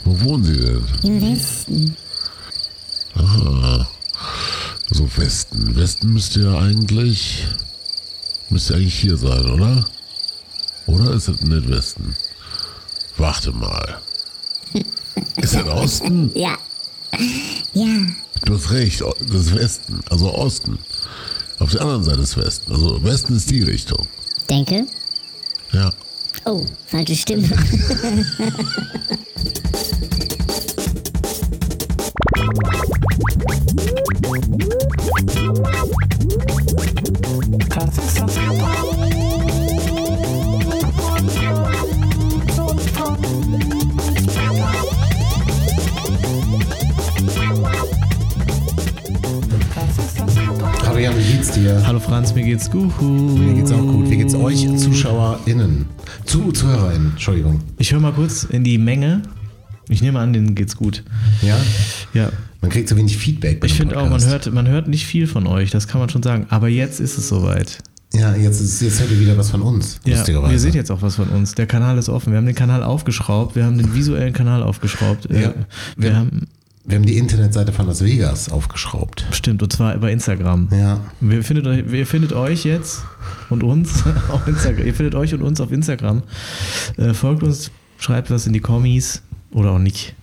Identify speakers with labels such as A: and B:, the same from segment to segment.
A: Wo wohnen Sie denn?
B: Im Westen.
A: Ah, so Westen. Westen müsste eigentlich hier sein, oder? Oder ist das nicht Westen? Warte mal. Ist das Osten?
B: Ja. Ja.
A: Du hast recht, das ist Westen, also Osten. Auf der anderen Seite ist Westen. Also Westen ist die Richtung.
B: Denke.
A: Ja.
B: Oh, falsche Stimme.
C: Hallo Jan, wie geht's dir?
D: Hallo Franz, mir geht's gut.
C: Mir geht's auch gut. Wie geht's euch ZuschauerInnen? ZuhörerInnen, Entschuldigung.
D: Ich höre mal kurz in die Menge. Ich nehme an, denen geht's gut.
C: Ja?
D: Ja.
C: Man kriegt so wenig Feedback bei
D: Ich
C: dem
D: finde auch, man hört nicht viel von euch, das kann man schon sagen. Aber jetzt ist es soweit.
C: Ja, jetzt hört ihr wieder was von uns,
D: Ja,
C: lustigerweise.
D: ihr seht jetzt auch was von uns. Der Kanal ist offen. Wir haben den Kanal aufgeschraubt. Wir haben den visuellen Kanal aufgeschraubt.
C: Ja.
D: Wir haben
C: die Internetseite von Las Vegas aufgeschraubt.
D: Bestimmt, und zwar bei Instagram.
C: Ja.
D: Ihr findet euch jetzt und uns auf Instagram. Ihr findet euch und uns auf Instagram. Folgt uns, schreibt was in die Kommis oder auch nicht.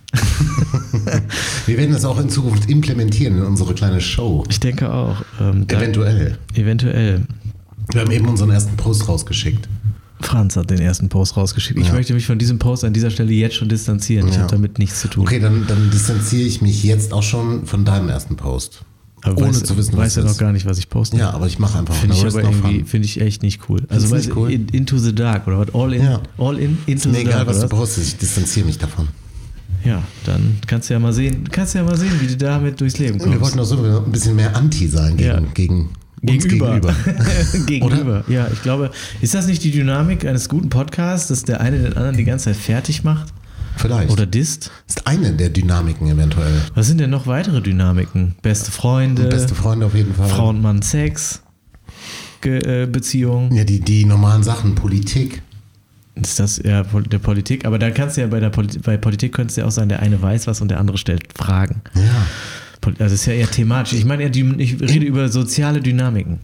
C: Wir werden das auch in Zukunft implementieren in unsere kleine Show.
D: Ich denke auch.
C: Eventuell.
D: Eventuell.
C: Wir haben eben unseren ersten Post rausgeschickt.
D: Franz hat den ersten Post rausgeschickt. Ich möchte mich von diesem Post an dieser Stelle jetzt schon distanzieren. Ich habe damit nichts zu tun.
C: Okay, dann distanziere ich mich jetzt auch schon von deinem ersten Post.
D: Aber
C: ohne zu wissen, was
D: weiß ja noch gar nicht, was ich poste.
C: Ja, aber ich mache einfach
D: Finde ich aber irgendwie, finde ich echt nicht cool. Also
C: nicht cool?
D: Into the Dark oder was? All in, into
C: Ist mir
D: the
C: egal,
D: dark.
C: was du
D: oder?
C: postest, ich distanziere mich davon.
D: Ja, dann kannst du ja mal sehen, wie du damit durchs Leben kommst.
C: Wir wollten auch so ein bisschen mehr Anti sein gegen
D: Gegenüber.
C: Oder?
D: Ja, ich glaube, ist das nicht die Dynamik eines guten Podcasts, dass der eine den anderen die ganze Zeit fertig macht?
C: Vielleicht.
D: Oder disst?
C: Ist eine der Dynamiken eventuell.
D: Was sind denn noch weitere Dynamiken? Beste Freunde.
C: Beste Freunde auf jeden Fall.
D: Frau und Mann Sex. Beziehung.
C: Ja, die normalen Sachen, Politik.
D: Ist das ja der Politik? Aber da kannst du ja bei Politik könntest du ja auch sagen, der eine weiß was und der andere stellt Fragen.
C: Ja.
D: Also das ist ja eher thematisch. Ich meine, ich rede über soziale Dynamiken.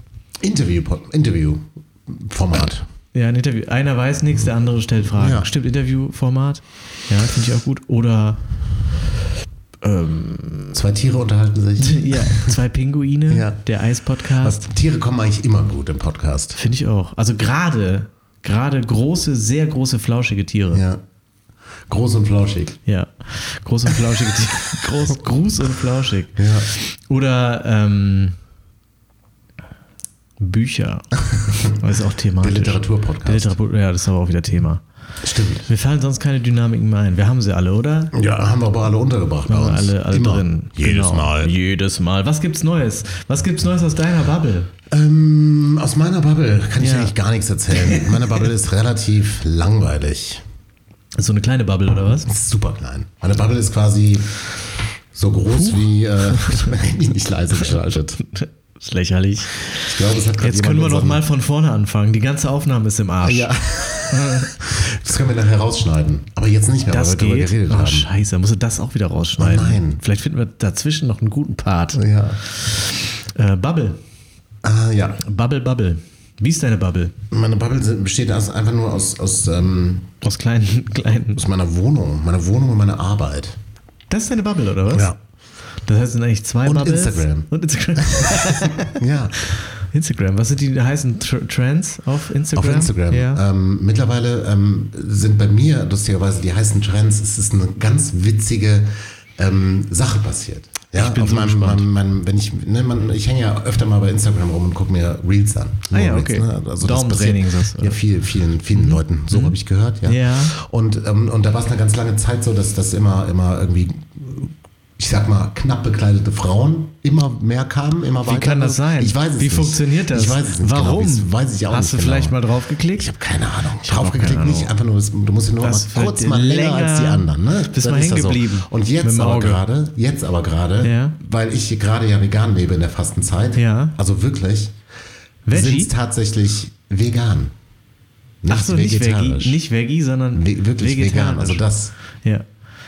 C: Interviewformat.
D: Ja, ein Interview. Einer weiß nichts, der andere stellt Fragen.
C: Ja.
D: Stimmt, Interviewformat. Ja, finde ich auch gut. Oder
C: Zwei Tiere unterhalten sich.
D: ja, zwei Pinguine,
C: Ja.
D: der Eis-Podcast.
C: Tiere kommen eigentlich immer gut im Podcast.
D: Finde ich auch. Also gerade große, sehr große, flauschige Tiere.
C: Ja. Groß und flauschig.
D: Ja, groß und flauschige Tiere. Gruß und flauschig.
C: Ja.
D: Oder Bücher. Das ist auch thematisch.
C: Der Literaturpodcast.
D: Ja, das ist aber auch wieder Thema.
C: Stimmt.
D: Mir fallen sonst keine Dynamiken mehr ein. Wir haben sie alle, oder?
C: Ja, haben wir aber alle untergebracht bei
D: Haben wir
C: uns.
D: alle
C: Immer.
D: drin.
C: Jedes
D: Genau.
C: Mal.
D: Jedes Mal. Was gibt's Neues? Was gibt's Neues aus deiner Bubble?
C: Aus meiner Bubble kann ich
D: Ja.
C: eigentlich gar nichts erzählen. Meine Bubble ist relativ langweilig.
D: So eine kleine Bubble, oder was?
C: Ist super klein. Meine Bubble ist quasi so groß wie ich habe mein Handy nicht leise geschaltet.
D: Das ist lächerlich.
C: Ich glaube, es hat gerade
D: Jetzt können wir
C: jemand
D: noch mal von vorne anfangen. Die ganze Aufnahme ist im Arsch.
C: Ja. Das können wir nachher rausschneiden. Aber jetzt nicht mehr,
D: Das
C: weil wir darüber
D: geht.
C: geredet
D: Oh,
C: haben.
D: scheiße, musst du das auch wieder rausschneiden.
C: Oh nein.
D: Vielleicht finden wir dazwischen noch einen guten Part.
C: Ja.
D: Bubble.
C: Ja.
D: Bubble. Wie ist deine Bubble?
C: Meine Bubble besteht einfach nur aus
D: Aus kleinen.
C: meiner Wohnung. Meine Wohnung und meine Arbeit.
D: Das ist deine Bubble, oder was?
C: Ja.
D: Das heißt, es sind eigentlich zwei
C: Und
D: Bubbles.
C: Instagram.
D: Und Instagram.
C: Ja.
D: Instagram. Was sind die heißen Trends auf Instagram?
C: Auf Instagram.
D: Ja.
C: Mittlerweile sind bei mir lustigerweise die heißen Trends. Es ist eine ganz witzige Sache passiert. Ja,
D: Ich bin
C: auf
D: so gespannt.
C: ich hänge ja öfter mal bei Instagram rum und gucke mir Reels an.
D: Ah ja,
C: Reels,
D: okay.
C: ne? Also das
D: Daumentraining
C: passiert
D: ist das, oder?
C: ja vielen Leuten. So habe ich gehört. Ja.
D: Ja.
C: Und da war es eine ganz lange Zeit so, dass das immer irgendwie, ich sag mal, knapp bekleidete Frauen immer mehr kamen, immer weiter.
D: Wie kann das sein?
C: Ich weiß es
D: Wie
C: nicht.
D: funktioniert das?
C: Ich weiß es nicht.
D: Warum?
C: Genau. Weiß ich auch
D: Hast
C: nicht
D: du vielleicht
C: genau.
D: mal drauf geklickt?
C: Ich habe keine Ahnung.
D: Ich hab auch
C: Draufgeklickt
D: keine
C: nicht,
D: Ahnung.
C: einfach nur, du musst nur
D: Das
C: mal kurz
D: wird
C: mal länger
D: länger,
C: als die anderen. Ne?
D: bist
C: Das
D: mal
C: ist
D: hängen
C: das
D: geblieben.
C: Und
D: Mit
C: jetzt
D: dem
C: aber
D: Auge.
C: gerade,
D: Ja.
C: weil ich gerade ja vegan lebe in der Fastenzeit,
D: Ja.
C: also wirklich,
D: Veggie?
C: sind es tatsächlich vegan.
D: Ach so, nicht
C: vegetarisch.
D: Veggie, sondern
C: Wirklich vegan,
D: vegetarisch.
C: also das.
D: Ja.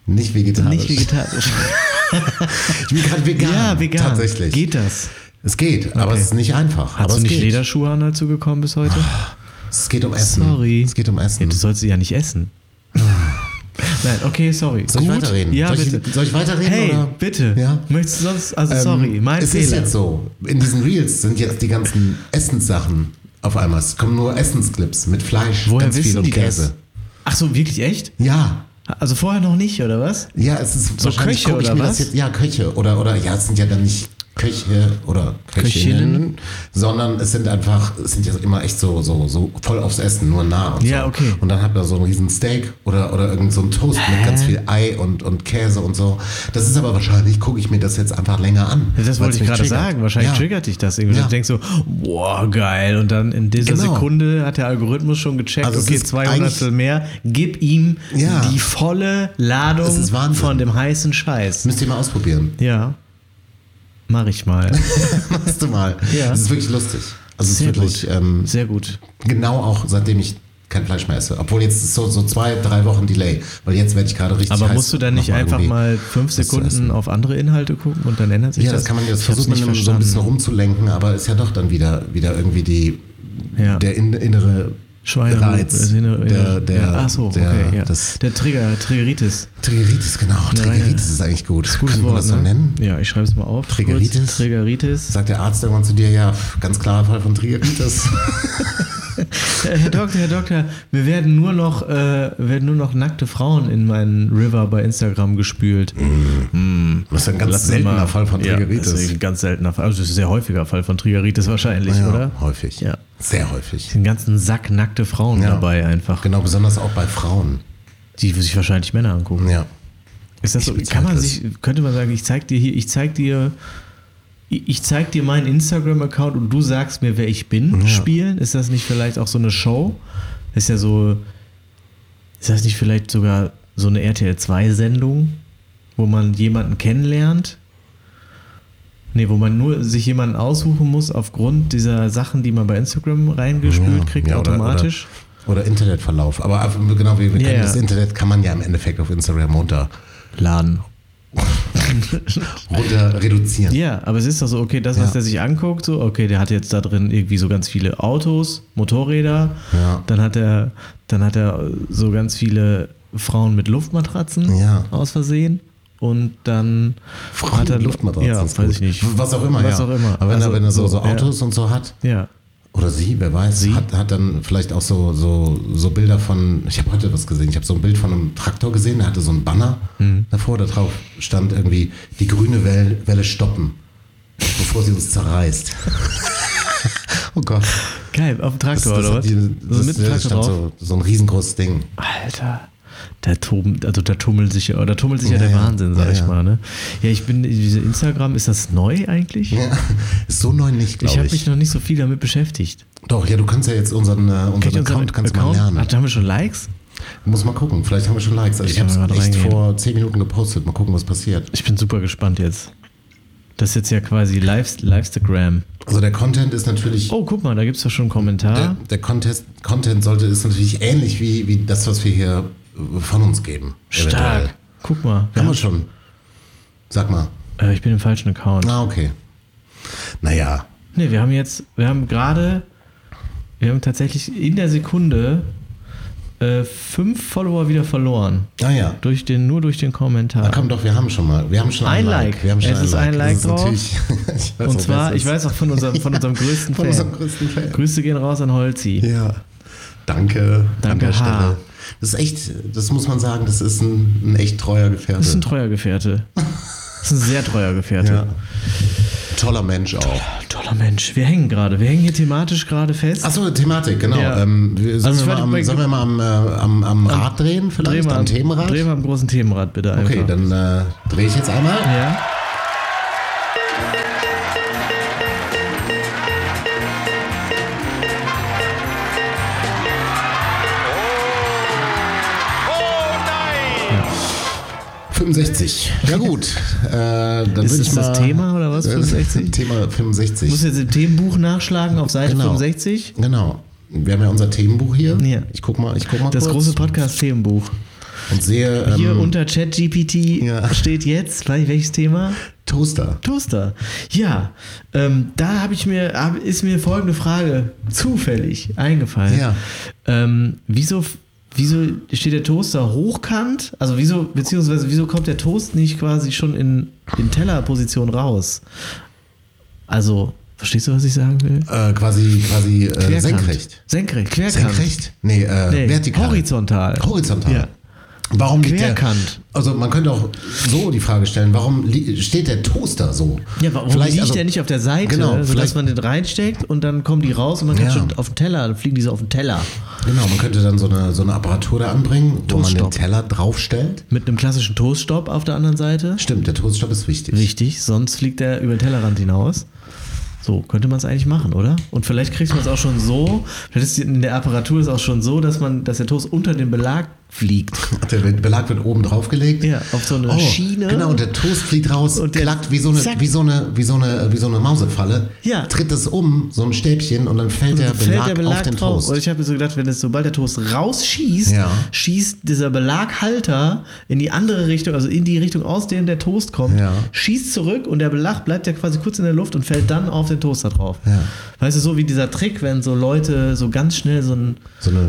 C: Nicht vegetarisch.
D: Nicht vegetarisch.
C: Ich bin gerade vegan.
D: Ja, vegan.
C: Tatsächlich.
D: Geht das?
C: Es geht, aber es ist nicht einfach.
D: Hast
C: aber
D: du nicht
C: es geht.
D: Lederschuhe an, als du gekommen bist heute?
C: Es geht um Essen.
D: Sorry.
C: Es geht um Essen.
D: Ja, du sollst sie ja nicht essen. Nein, okay, sorry.
C: Soll ich weiterreden?
D: Ja,
C: soll
D: bitte.
C: Soll ich weiterreden?
D: Hey,
C: oder?
D: bitte.
C: Ja?
D: Möchtest du sonst, also sorry, mein
C: es
D: Fehler.
C: ist jetzt so, in diesen Reels sind jetzt die ganzen Essenssachen auf einmal. Es kommen nur Essensclips mit Fleisch,
D: Woher
C: ganz viel
D: wissen
C: und
D: die
C: Käse.
D: das? Ach so, wirklich echt?
C: Ja.
D: Also vorher noch nicht, oder was?
C: Ja, es ist
D: So
C: wahrscheinlich,
D: Köche
C: guck ich
D: oder
C: mir
D: was?
C: das jetzt, ja, Köche oder ja, es sind ja dann nicht Köche oder Köchinnen, sondern es sind ja immer echt so voll aufs Essen, nur nah und
D: Ja,
C: so.
D: okay.
C: Und dann hat man so einen riesen Steak oder irgend so einen Toast mit ganz viel Ei und Käse und so. Das ist aber wahrscheinlich, gucke ich mir das jetzt einfach länger an.
D: Das
C: weil's
D: wollte ich
C: mich
D: gerade
C: triggert.
D: sagen. Wahrscheinlich
C: Ja.
D: triggert dich das irgendwie.
C: Ja.
D: Du denkst so, boah, geil. Und dann in dieser
C: Genau.
D: Sekunde hat der Algorithmus schon gecheckt,
C: Also es
D: okay,
C: ist
D: 200 mehr, gib ihm
C: Ja.
D: die volle Ladung
C: Es ist Wahnsinn.
D: von dem heißen Scheiß.
C: Müsst ihr mal ausprobieren.
D: Ja, mach ich mal.
C: Machst du mal.
D: Ja.
C: Es ist wirklich lustig. Also es ist
D: Sehr
C: wirklich
D: Sehr gut.
C: genau auch seitdem ich kein Fleisch mehr esse. Obwohl jetzt ist so 2-3 Wochen Delay. Weil jetzt werde ich gerade richtig
D: Aber
C: heiß,
D: musst du dann nicht
C: noch
D: einfach
C: irgendwie
D: mal 5
C: was zu
D: Sekunden
C: essen.
D: auf andere Inhalte gucken und dann ändert sich
C: Ja,
D: das?
C: das kann man ja, das
D: Ich hab's
C: versucht man
D: nicht
C: immer so ein bisschen
D: verstanden.
C: rumzulenken, aber ist ja doch dann wieder irgendwie
D: Ja.
C: der innere
D: Schweine.
C: Reiz.
D: Ach so, okay, ja.
C: Das
D: Der Triggeritis.
C: Triggeritis, genau. Triggeritis ist eigentlich gut. Kann man das so nennen?
D: Ja, ich schreibe es mal auf.
C: Triggeritis?
D: Kurz. Triggeritis.
C: Sagt der Arzt irgendwann zu dir, ja, ganz klarer Fall von Triggeritis.
D: Herr Doktor, wir werden nur noch nackte Frauen in meinen River bei Instagram gespült.
C: Das ist ein ganz
D: Lass uns
C: seltener
D: mal-
C: Fall von
D: Ja,
C: Triggeritis.
D: das ist ein ganz seltener Fall. Also das ist ein sehr häufiger Fall von Triggeritis wahrscheinlich,
C: Ja,
D: oder?
C: häufig.
D: Ja.
C: Sehr häufig.
D: Den ganzen Sack nackte Frauen
C: Ja.
D: dabei einfach,
C: Genau, besonders auch bei Frauen.
D: die sich wahrscheinlich Männer angucken.
C: Ja.
D: Ist das so?
C: Ich
D: Kann man
C: bezweifle
D: sich, könnte man sagen, ich zeig dir meinen Instagram-Account und du sagst mir, wer ich bin,
C: Ja.
D: spielen? Ist das nicht vielleicht auch so eine Show? Ist das nicht vielleicht sogar so eine RTL-2-Sendung, wo man jemanden kennenlernt? Nee, wo man nur sich jemanden aussuchen muss aufgrund dieser Sachen, die man bei Instagram reingespült kriegt,
C: Ja,
D: automatisch.
C: Oder Internetverlauf. Aber genau, wir kennen
D: Ja.
C: das Internet, kann man ja im Endeffekt auf Instagram runter reduzieren.
D: Ja, aber es ist doch so, okay, das, was
C: Ja.
D: der sich anguckt, so, okay, der hat jetzt da drin irgendwie so ganz viele Autos, Motorräder,
C: Ja.
D: dann hat er so ganz viele Frauen mit Luftmatratzen
C: Ja.
D: aus Versehen und dann
C: Frauen
D: hat er
C: mit Luftmatratzen.
D: Ja,
C: ist
D: weiß
C: gut.
D: ich nicht.
C: Was auch immer,
D: Was
C: ja.
D: auch immer.
C: Aber wenn,
D: Also,
C: er so
D: so, ja.
C: Autos und so hat,
D: Ja.
C: oder sie, wer weiß, hat dann vielleicht auch so Bilder von, ich habe heute was gesehen, ich habe so ein Bild von einem Traktor gesehen, der hatte so einen Banner davor, da drauf stand irgendwie, die grüne Welle stoppen, bevor sie uns zerreißt. Oh Gott.
D: Geil, auf dem Traktor, oder was?
C: so
D: mit dem Traktor
C: stand
D: drauf?
C: so ein riesengroßes Ding.
D: Alter, da tummelt sich ja der
C: ja.
D: Wahnsinn, sag
C: Ja,
D: ich
C: ja.
D: mal. Ne? Ja, diese Instagram, ist das neu eigentlich?
C: Ja, ist so neu nicht,
D: Ich
C: glaube
D: habe
C: ich.
D: mich noch nicht so viel damit beschäftigt.
C: Doch, ja, du kannst ja jetzt unseren
D: Kennt ihr
C: Account kannst du mal
D: Account?
C: lernen.
D: Ach, da haben wir schon Likes?
C: Muss mal gucken, vielleicht haben wir schon Likes. Also
D: Ich
C: ich habe
D: kann mal
C: es
D: grad
C: echt
D: reingehen.
C: vor 10 Minuten gepostet. Mal gucken, was passiert.
D: Ich bin super gespannt jetzt. Das ist jetzt ja quasi Livestagram.
C: Also der Content ist natürlich...
D: Oh, guck mal, da gibt es doch schon einen Kommentar.
C: Der Content ist natürlich ähnlich wie das, was wir hier von uns geben.
D: Stark.
C: Eventuell.
D: Guck mal.
C: Haben wir schon. Sag mal.
D: Ich bin im falschen Account.
C: Ah, okay. Naja.
D: Ne, wir haben tatsächlich in der Sekunde 5 Follower wieder verloren.
C: Ah ja.
D: Nur durch den Kommentar.
C: Na komm doch, wir haben schon
D: Ein Like.
C: Wir haben schon
D: Es ist ein Like
C: Das ist
D: drauf.
C: natürlich- ich weiß
D: Und
C: auch,
D: zwar,
C: wer es
D: ich weiß auch von unserem größten
C: Von
D: Fan.
C: unserem größten Fan.
D: Grüße gehen raus an Holzi.
C: Ja. Danke an
D: Danke,
C: der
D: H.
C: Stelle. Das ist echt, das muss man sagen, das ist ein echt treuer Gefährte.
D: Das ist ein treuer Gefährte. Das ist ein sehr treuer Gefährte.
C: Ja. Toller Mensch auch.
D: Toller Mensch. Wir hängen hier thematisch gerade fest.
C: Achso, Thematik, genau.
D: Ja.
C: Sollen
D: Also
C: wir mal am Rad drehen vielleicht? Am Themenrad?
D: Dreh mal am großen Themenrad bitte einfach.
C: Okay, dann drehe ich jetzt einmal.
D: Ja.
E: nein!
C: 65. Ja gut. Dann
D: Ist
C: würde
D: das
C: ich mal,
D: das Thema oder was? 65?
C: Thema 65.
D: Du musst jetzt im Themenbuch nachschlagen auf Seite
C: Genau.
D: 65.
C: Genau. Wir haben ja unser Themenbuch hier.
D: Ja.
C: Ich guck mal
D: Das
C: kurz.
D: große Podcast-Themenbuch.
C: Und sehe
D: Hier unter ChatGPT
C: ja.
D: steht jetzt, welches Thema?
C: Toaster.
D: Toaster. Ja, da ist mir folgende Frage zufällig eingefallen.
C: Ja.
D: Wieso steht der Toaster hochkant? Also wieso kommt der Toast nicht quasi schon in Tellerposition raus? Also, verstehst du, was ich sagen will?
C: Quasi senkrecht.
D: Querkant.
C: Senkrecht? Nee, vertikal.
D: Horizontal.
C: Horizontal.
D: Ja.
C: Warum liegt
D: Querkant.
C: Also man könnte auch so die Frage stellen, warum steht der Toaster so?
D: Ja, warum
C: Vielleicht,
D: liegt
C: also,
D: der nicht auf der Seite,
C: genau,
D: sodass
C: vielleicht-
D: man den reinsteckt und dann kommen die raus und man kann
C: Ja.
D: schon auf den Teller, dann fliegen die so auf den Teller.
C: Genau, man könnte dann so eine Apparatur da anbringen, wo man den
D: Toaststopp.
C: Teller draufstellt.
D: Mit einem klassischen Toaststopp auf der anderen Seite.
C: Stimmt, der Toaststopp ist wichtig.
D: Richtig, sonst fliegt er über den Tellerrand hinaus. So, könnte man es eigentlich machen, oder? Und vielleicht kriegt man es auch schon so, vielleicht ist in der Apparatur ist auch schon so, dass der Toast unter den Belag fliegt.
C: Der Belag wird oben draufgelegt.
D: Ja, auf so eine Schiene.
C: Genau, und der Toast fliegt raus,
D: Und der-
C: klackt wie so eine Mausefalle.
D: Ja.
C: Tritt es so ein Stäbchen und dann fällt der Belag auf den
D: drauf.
C: Toast.
D: Und ich habe mir so gedacht, sobald der Toast rausschießt,
C: Ja.
D: schießt dieser Belaghalter in die andere Richtung, also in die Richtung, aus der der Toast kommt,
C: Ja.
D: schießt zurück und der Belag bleibt ja quasi kurz in der Luft und fällt dann auf den Toaster drauf.
C: Ja.
D: Weißt du, so wie dieser Trick, wenn so Leute so ganz schnell so ein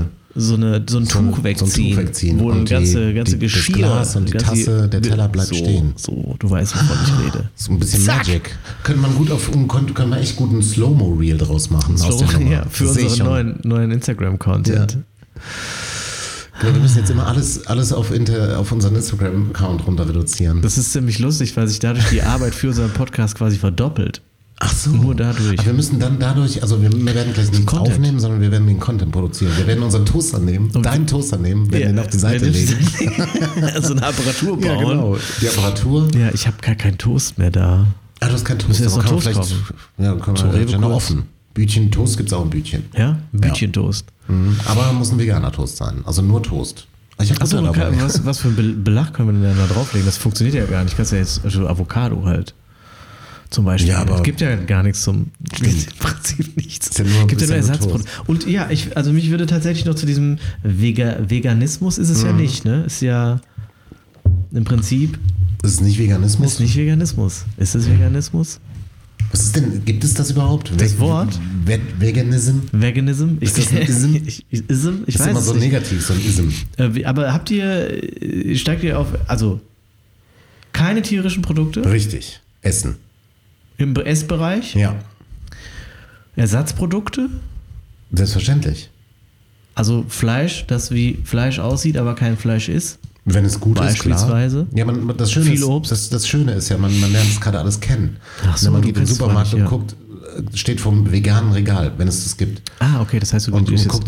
D: Tuch wegziehen, wo ein
C: und
D: ganze
C: das
D: Geschirr,
C: Glas und die Tasse, der Teller bleibt stehen.
D: So, du weißt, wovon ich rede.
C: So ein bisschen
D: Zack.
C: Magic. Könnte man echt gut einen Slow-Mo-Reel draus machen. aus der Nummer.
D: Ja, für
C: Das sehe ich
D: unseren
C: schon.
D: neuen Instagram-Content.
C: Ja. Genau, wir müssen jetzt immer alles auf unseren Instagram-Account runter reduzieren.
D: Das ist ziemlich lustig, weil sich dadurch die Arbeit für unseren Podcast quasi verdoppelt.
C: Ach so.
D: Nur dadurch.
C: Aber wir müssen dann dadurch, also wir werden gleich nicht
D: Content.
C: aufnehmen, sondern wir werden den Content produzieren. Wir werden unseren Toaster nehmen, deinen Toaster nehmen, werden den auf die Seite legen.
D: So eine Apparatur bauen.
C: Ja, genau. Die Apparatur.
D: Ja, ich habe gar keinen Toast mehr da.
C: Ah, du hast keinen
D: Müssen
C: Toast.
D: wir jetzt
C: aber
D: noch
C: kann man
D: Toast
C: vielleicht, ja, können
D: Zu
C: wir
D: Rewe
C: ja noch
D: kurz.
C: offen. Bütchen Toast gibt es auch ein Bütchen.
D: Ja? Bütchen-Toast.
C: Mhm. Aber muss ein veganer Toast sein. Also nur Toast. Ich habe
D: Achso,
C: Butter dabei.
D: was für ein Belag können wir denn da drauflegen? Das funktioniert ja gar nicht. Kannst ja jetzt, also Avocado halt. Zum Beispiel.
C: Ja, aber-
D: es gibt ja gar nichts im Prinzip nichts.
C: Ist ja nur ein
D: Gibt ja nur
C: bisschen
D: Ersatzprodukte. Und ja, also mich würde tatsächlich noch zu diesem Veganismus ist es ja nicht, ne? Ist ja im Prinzip
C: Das ist nicht Veganismus.
D: ist nicht Veganismus. Ist es Veganismus?
C: Was ist denn, gibt es das überhaupt?
D: Das Wort?
C: Veganism?
D: Veganism?
C: Ist das ein Ism?
D: Ich
C: Das
D: weiß
C: ist immer
D: es
C: so
D: nicht.
C: negativ, so ein Ism.
D: Aber steigt ihr auf, also keine tierischen Produkte
C: Richtig. Essen.
D: im Essbereich?
C: Ja.
D: Ersatzprodukte?
C: Selbstverständlich.
D: Also Fleisch, das wie Fleisch aussieht, aber kein Fleisch ist?
C: Wenn es gut ist, klar.
D: Beispielsweise.
C: Ja, das Schöne
D: Viel
C: ist,
D: Obst.
C: das Schöne ist ja, man lernt es gerade alles kennen.
D: Ach so,
C: Wenn man
D: du
C: geht in den
D: kennst
C: Supermarkt
D: zwar
C: und
D: nicht, ja.
C: guckt, steht vom veganen Regal, wenn es das gibt.
D: Ah, okay, das heißt, du
C: Und guckt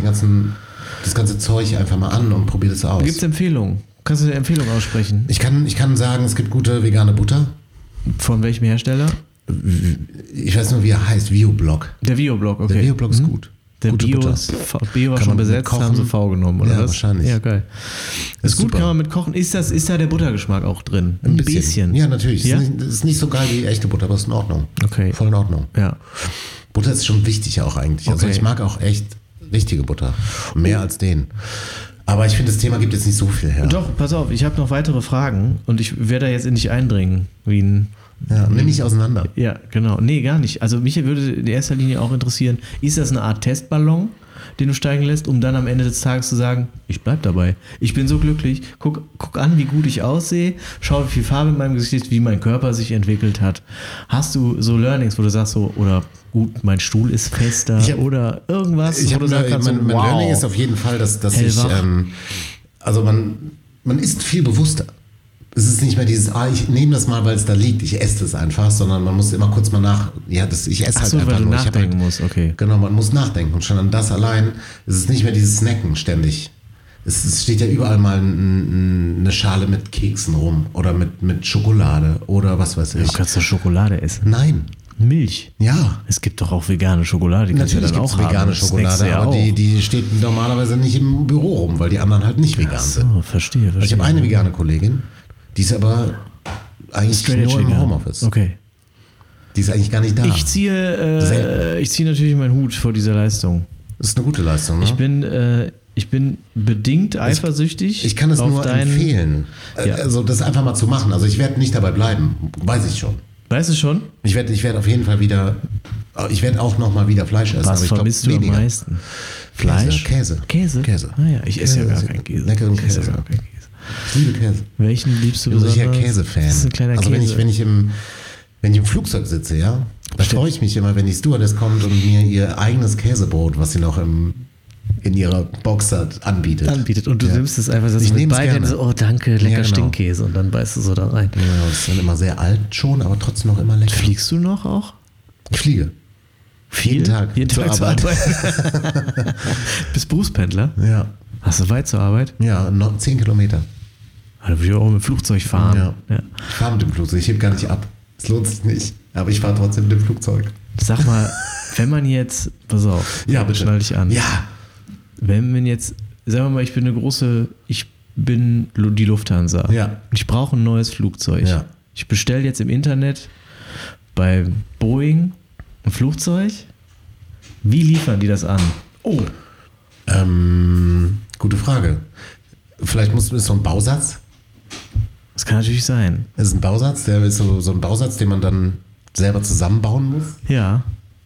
C: das ganze Zeug einfach mal an und probiert es aus.
D: Gibt es Empfehlungen? Kannst du eine Empfehlung aussprechen?
C: Ich kann sagen, es gibt gute vegane Butter.
D: Von welchem Hersteller?
C: Ich weiß nur, wie er heißt. Vioblog.
D: Der Bio-Blog, okay.
C: Der Vioblog ist gut.
D: Der
C: Gute
D: Bio,
C: Butter.
D: Bio war
C: Kann
D: schon
C: man mit
D: besetzt,
C: kochen.
D: haben sie V genommen, oder
C: Ja,
D: was?
C: wahrscheinlich.
D: Ja, geil. Ist gut,
C: super.
D: kann man mit kochen. Ist da der Buttergeschmack auch drin? Ein bisschen.
C: Ja, natürlich.
D: Ja?
C: Das ist nicht so geil wie echte Butter, aber ist in Ordnung.
D: Okay.
C: Voll in Ordnung.
D: Ja.
C: Butter ist schon wichtig auch eigentlich. Also
D: Okay.
C: ich mag auch echt richtige Butter. Mehr als den. Aber ich finde, das Thema gibt jetzt nicht so viel her.
D: Doch, pass auf, ich habe noch weitere Fragen und ich werde da jetzt in dich eindringen, wie ein.
C: Ja, nimm mich auseinander.
D: Ja, genau. Nee, gar nicht. Also mich würde in erster Linie auch interessieren, ist das eine Art Testballon, den du steigen lässt, um dann am Ende des Tages zu sagen, ich bleib dabei. Ich bin so glücklich. Guck an, wie gut ich aussehe. Schau, wie viel Farbe in meinem Gesicht ist, wie mein Körper sich entwickelt hat. Hast du so Learnings, wo du sagst so, oder gut, mein Stuhl ist fester oder irgendwas, wo du sagst,
C: mein Learning ist auf jeden Fall, dass ich,
D: Hellwach.
C: also man ist viel bewusster. Es ist nicht mehr dieses, ich nehme das mal, weil es da liegt, ich esse das einfach, sondern man muss immer kurz mal ich esse
D: Ach
C: halt
D: so,
C: einfach
D: weil du
C: nur. Ich hab
D: nachdenken musst, okay.
C: Genau, man muss nachdenken. Und schon an das allein ist es nicht mehr dieses Snacken ständig. Es steht ja überall mal eine Schale mit Keksen rum oder mit Schokolade oder was weiß ich.
D: Du kannst doch Schokolade essen.
C: Nein.
D: Milch.
C: Ja.
D: Es gibt doch auch vegane Schokolade, die kannst du ja
C: Natürlich
D: dann
C: gibt es
D: auch
C: vegane
D: haben. Das snackst
C: Schokolade,
D: du ja
C: aber
D: auch.
C: die steht normalerweise nicht im Büro rum, weil die anderen halt nicht vegan sind.
D: So, verstehe.
C: Ich habe eine vegane Kollegin, die ist aber eigentlich
D: Straight
C: nur
D: edge
C: im
D: vegan.
C: Homeoffice.
D: Okay.
C: Die ist eigentlich gar nicht da.
D: Ich ziehe
C: Selten.
D: natürlich meinen Hut vor dieser Leistung.
C: Das ist eine gute Leistung, ne?
D: Ich bin ich bin bedingt eifersüchtig.
C: Ich kann es
D: auf
C: nur empfehlen,
D: Ja.
C: also das einfach mal zu machen. Also ich werde nicht dabei bleiben, weiß ich schon.
D: Weißt du schon?
C: Ich werd auf jeden Fall wieder, ich werde auch nochmal wieder Fleisch essen.
D: Was
C: aber ich glaub,
D: vermisst du am
C: weniger.
D: meisten? Fleisch?
C: Käse.
D: Käse? Ah ja, ich esse ja gar keinen Käse.
C: Leckeren
D: Ich esse
C: Käse.
D: ja gar keinen Käse.
C: Ich liebe Käse.
D: Welchen liebst du
C: Ich bin ein
D: besonders?
C: richtiger Käsefan.
D: Das ist ein kleiner
C: also
D: Käse.
C: wenn ich im Flugzeug sitze, ja, da
D: Stimmt.
C: freue ich mich immer, wenn die Stewardess kommt und mir ihr eigenes Käsebrot, was sie noch in ihrer Box hat, anbietet.
D: Und du
C: Ja.
D: nimmst es einfach so
C: Ich
D: mit
C: nehm's
D: beiden Händen
C: gerne.
D: so, oh danke, lecker
C: Ja, genau.
D: Stinkkäse. Und dann beißt du so da rein.
C: Ja, das ist dann immer sehr alt schon, aber trotzdem noch immer lecker.
D: Fliegst du noch auch?
C: Ich fliege. Jeden Tag zur Arbeit.
D: Bist Berufspendler?
C: Ja.
D: Hast du weit zur Arbeit?
C: Ja, noch 10 Kilometer.
D: Da würde ich auch mit dem Flugzeug fahren.
C: Ja. Ich fahre mit dem Flugzeug, ich heb gar nicht ab. Es lohnt sich nicht. Aber ich fahre trotzdem mit dem Flugzeug.
D: Sag mal, wenn man jetzt, pass auf,
C: bitte.
D: schnall dich an.
C: Ja.
D: Wenn man jetzt, sagen wir mal, ich bin die Lufthansa.
C: Ja.
D: Und ich brauche ein neues Flugzeug.
C: Ja.
D: Ich bestelle jetzt im Internet bei Boeing ein Flugzeug. Wie liefern die das an? Oh.
C: Gute Frage. Vielleicht ist so ein Bausatz.
D: Das kann natürlich sein.
C: Es ist ein Bausatz, der ist so ein Bausatz, den man dann selber zusammenbauen muss.
D: Ja.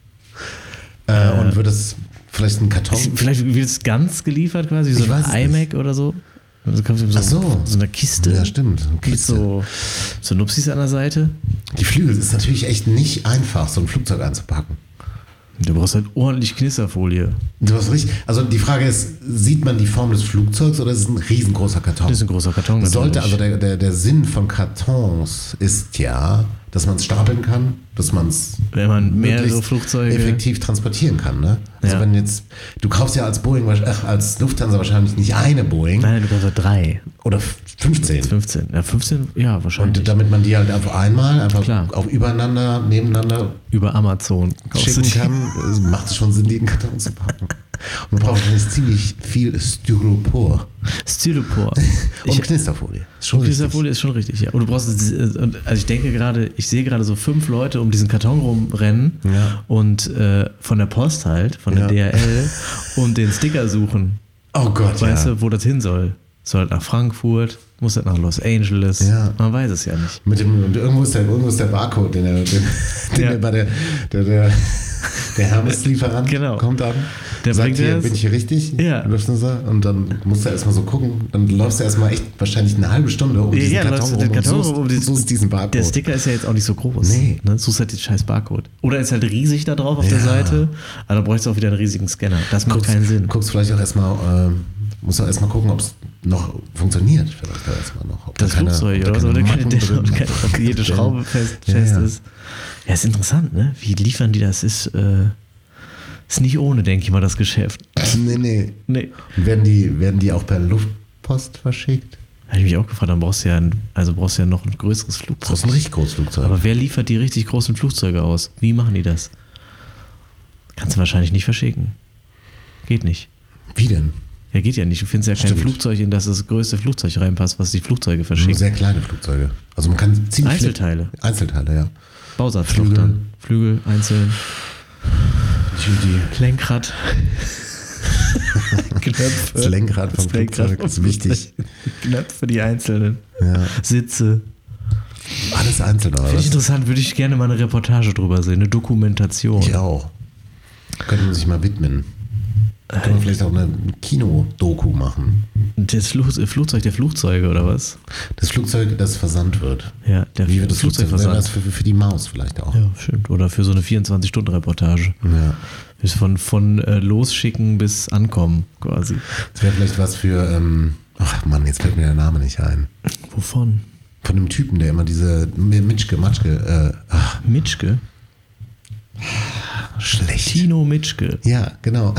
C: Und wird es vielleicht ein Karton.
D: Vielleicht wird es ganz geliefert quasi, so
C: Ich weiß es
D: ein iMac oder so. Also kommt so,
C: Ach so.
D: so eine Kiste.
C: Ja, stimmt. Eine
D: Mit
C: Kiste.
D: so Nupsis an der Seite.
C: Die Flügel ist natürlich echt nicht einfach, so ein Flugzeug einzupacken.
D: Du brauchst halt ordentlich Knisterfolie.
C: Du hast richtig. Also die Frage ist, sieht man die Form des Flugzeugs oder ist es ein riesengroßer Karton?
D: Das ist ein großer Karton.
C: Sollte, also
D: natürlich.
C: der Sinn von Kartons ist ja, dass man es stapeln kann, dass man es
D: Wenn man mehrere Flugzeuge-
C: effektiv transportieren kann. Ne? Also
D: Ja.
C: wenn jetzt, du kaufst ja als als Lufthansa wahrscheinlich nicht eine Boeing
D: Nein, du brauchst ja 3.
C: oder 15.
D: 15. Ja, 15, ja, wahrscheinlich.
C: Und damit man die halt einfach einfach
D: Klar.
C: auch übereinander, nebeneinander
D: Über Amazon kaufst du
C: schicken
D: die.
C: kann, macht es schon Sinn, die in den Karton zu packen. Und man braucht wahrscheinlich ziemlich viel Styropor
D: Styropor.
C: und Knisterfolie. Ist schon
D: Diese
C: richtig.
D: Folie ist schon richtig, ja. Und du brauchst, also ich denke gerade, ich sehe gerade so 5 Leute um diesen Karton rumrennen
C: Ja.
D: und von der Post halt, von der
C: Ja.
D: DHL und den Sticker suchen.
C: Oh Gott,
D: Weißt
C: ja.
D: du, wo das hin soll? Soll das nach Frankfurt? Muss das nach Los Angeles?
C: Ja.
D: Man weiß es ja nicht.
C: Und irgendwo ist der Barcode, den
D: Ja.
C: er bei der Hermes-Lieferant
D: Genau.
C: kommt an.
D: Der
C: sagt
D: bringt
C: hier,
D: das.
C: bin ich hier richtig?
D: Ja.
C: Und dann musst du erstmal so gucken. Dann läufst du erstmal echt wahrscheinlich eine halbe Stunde um diesen Karton
D: läufst du
C: rum
D: den Karton
C: und
D: rum,
C: suchst diesen Barcode.
D: Der Sticker ist ja jetzt auch nicht so groß.
C: Nee.
D: Ne? Suchst halt den scheiß Barcode. Oder ist halt riesig da drauf auf der
C: Ja.
D: Seite, aber dann bräuchst du auch wieder einen riesigen Scanner. Das macht keinen Sinn.
C: Guckst vielleicht auch erstmal, musst du erstmal gucken, ob es noch funktioniert. Vielleicht auch erstmal noch. Ob
D: Das
C: da keine-
D: Flugzeug,
C: ob da
D: oder?
C: keine
D: Oder
C: Macken drin sind.
D: ob jede Schraube fest
C: Ja.
D: ist. Ja, ist interessant, ne? Wie liefern die das? Ist nicht ohne, denke ich mal, das Geschäft.
C: Nee.
D: Nee.
C: Und werden die auch per Luftpost verschickt?
D: Habe ich mich auch gefragt, dann brauchst du ja noch ein größeres
C: Das
D: Flugzeug.
C: ist ein richtig großes Flugzeug.
D: Aber wer liefert die richtig großen Flugzeuge aus? Wie machen die das? Kannst du wahrscheinlich nicht verschicken. Geht nicht.
C: Wie denn?
D: Ja, geht ja nicht. Du findest ja kein
C: Stimmt.
D: Flugzeug, in das das größte Flugzeug reinpasst, was die Flugzeuge
C: Nur
D: verschicken.
C: sehr kleine Flugzeuge. Also man kann ziemlich
D: Einzelteile.
C: Einzelteile, ja.
D: Bausatz
C: Flügel.
D: doch dann. Flügel einzeln.
C: Die
D: Lenkrad. Knöpfe.
C: Das Lenkrad vom Flugzeug ist wichtig.
D: Knöpfe, die einzelnen.
C: Ja.
D: Sitze.
C: Alles einzeln, oder?
D: Finde ich
C: was?
D: interessant, würde ich gerne mal eine Reportage drüber sehen, eine Dokumentation.
C: Ich auch. Könnte man sich mal widmen. Kann man vielleicht auch eine Kino-Doku machen.
D: Das Flugzeug der Flugzeuge, oder was?
C: Das Flugzeug, das versandt wird.
D: Ja, der
C: Wie wird das Flugzeug
D: Flugzeugversand.
C: das für die Maus vielleicht auch.
D: Ja, stimmt. Oder für so eine 24-Stunden-Reportage.
C: Ja.
D: Bis von Losschicken bis Ankommen quasi.
C: Das wäre vielleicht was für, ach Mann, jetzt fällt mir der Name nicht ein.
D: Wovon?
C: Von dem Typen, der immer diese Matschke,
D: Mitschke?
C: schlecht.
D: Tino Mitschke.
C: Ja, genau.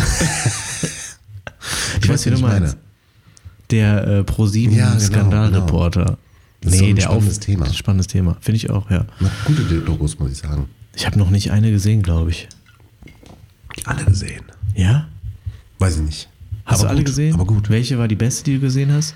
D: Ich weiß, wie du meinst. Der ProSieben
C: Ja, genau,
D: Skandalreporter.
C: Das ist so ein spannendes Thema.
D: Spannendes Thema. Finde ich auch, ja.
C: Na, gute Dokus, muss ich sagen.
D: Ich habe noch nicht eine gesehen, glaube ich.
C: Alle gesehen.
D: Ja?
C: Weiß ich nicht.
D: Hast du
C: Aber
D: alle
C: gut,
D: gesehen?
C: Aber gut.
D: Welche war die beste, die du gesehen hast?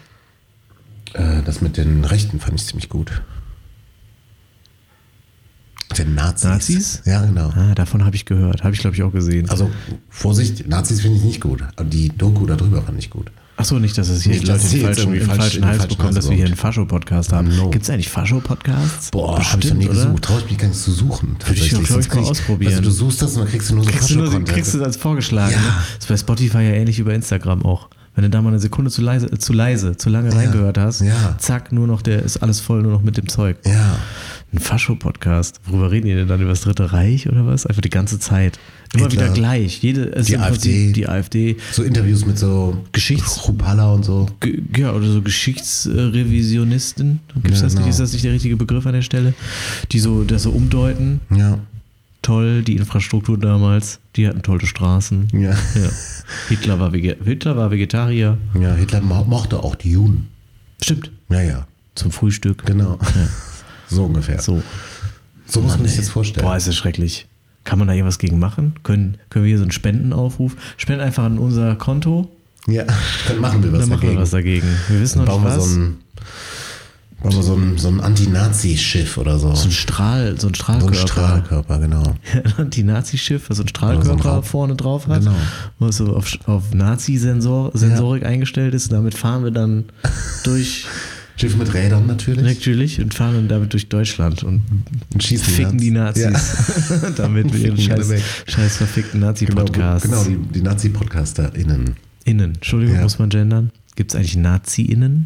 C: Das mit den Rechten fand ich ziemlich gut. Den Nazis? Ja, genau.
D: Ah, davon habe ich gehört. Habe ich, glaube ich, auch gesehen.
C: Also, Vorsicht, Nazis finde ich nicht gut. Aber die Doku darüber fand ich gut.
D: Achso, nicht, dass es hier
C: Nicht,
D: die Leute
C: dass sie jetzt
D: den
C: irgendwie
D: falschen Hals bekommen, dass wir hier einen Fascho-Podcast haben.
C: No.
D: Gibt es eigentlich Fascho-Podcasts?
C: Boah, habe ich noch nie gesucht. Traue ich mich gar nicht zu suchen.
D: Würde ich auch, glaube ich, mal ausprobieren.
C: Also du suchst das und dann kriegst du nur so Fascho-Content.
D: Kriegst du das vorgeschlagen.
C: Ja.
D: Ne? Das ist bei Spotify ja ähnlich wie bei Instagram auch. Wenn du da mal eine Sekunde zu lange reingehört hast,
C: Ja.
D: zack, nur noch ist alles voll, nur noch mit dem Zeug.
C: Ja.
D: Ein Fascho-Podcast. Worüber reden die denn dann? Über das Dritte Reich oder was? Einfach die ganze Zeit. Immer
C: Hitler.
D: wieder gleich.
C: Die AfD.
D: Die AfD.
C: So Interviews mit so Chupala und so.
D: Ja, oder so Geschichtsrevisionisten. Gibt's
C: Ja,
D: das nicht?
C: genau.
D: Ist das nicht der richtige Begriff an der Stelle? Die das so umdeuten.
C: Ja.
D: Toll, die Infrastruktur damals. Die hatten tolle Straßen.
C: Ja.
D: Ja. Hitler war Vegetarier.
C: Ja, Hitler mochte auch die Juden.
D: Stimmt.
C: Ja, ja.
D: Zum Frühstück.
C: Genau. So ungefähr.
D: So.
C: So muss man sich das vorstellen.
D: Boah, ist das schrecklich. Kann man da irgendwas gegen machen? Können wir hier so einen Spendenaufruf? Spenden einfach an unser Konto.
C: Ja, dann machen wir was
D: Dann machen
C: dagegen.
D: wir was dagegen. Wir wissen noch
C: Bauen
D: nicht
C: wir
D: was.
C: so ein Anti-Nazi-Schiff oder so.
D: So ein Strahlkörper.
C: So ein Strahlkörper, genau.
D: Ein Anti-Nazi-Schiff, das so einen Strahlkörper vorne drauf hat,
C: Genau.
D: was so auf Nazi-Sensorik eingestellt ist. Damit fahren wir dann durch,
C: Schiff mit Rädern natürlich.
D: und fahren dann damit durch Deutschland und
C: schießen
D: ficken die Nazis.
C: Ja.
D: Damit mit ihren
C: Ficken alle weg.
D: scheiß verfickten Nazi-Podcasts.
C: Genau, die Nazi-PodcasterInnen.
D: Innen. Entschuldigung,
C: Ja.
D: muss man gendern? Gibt es eigentlich Nazi-Innen?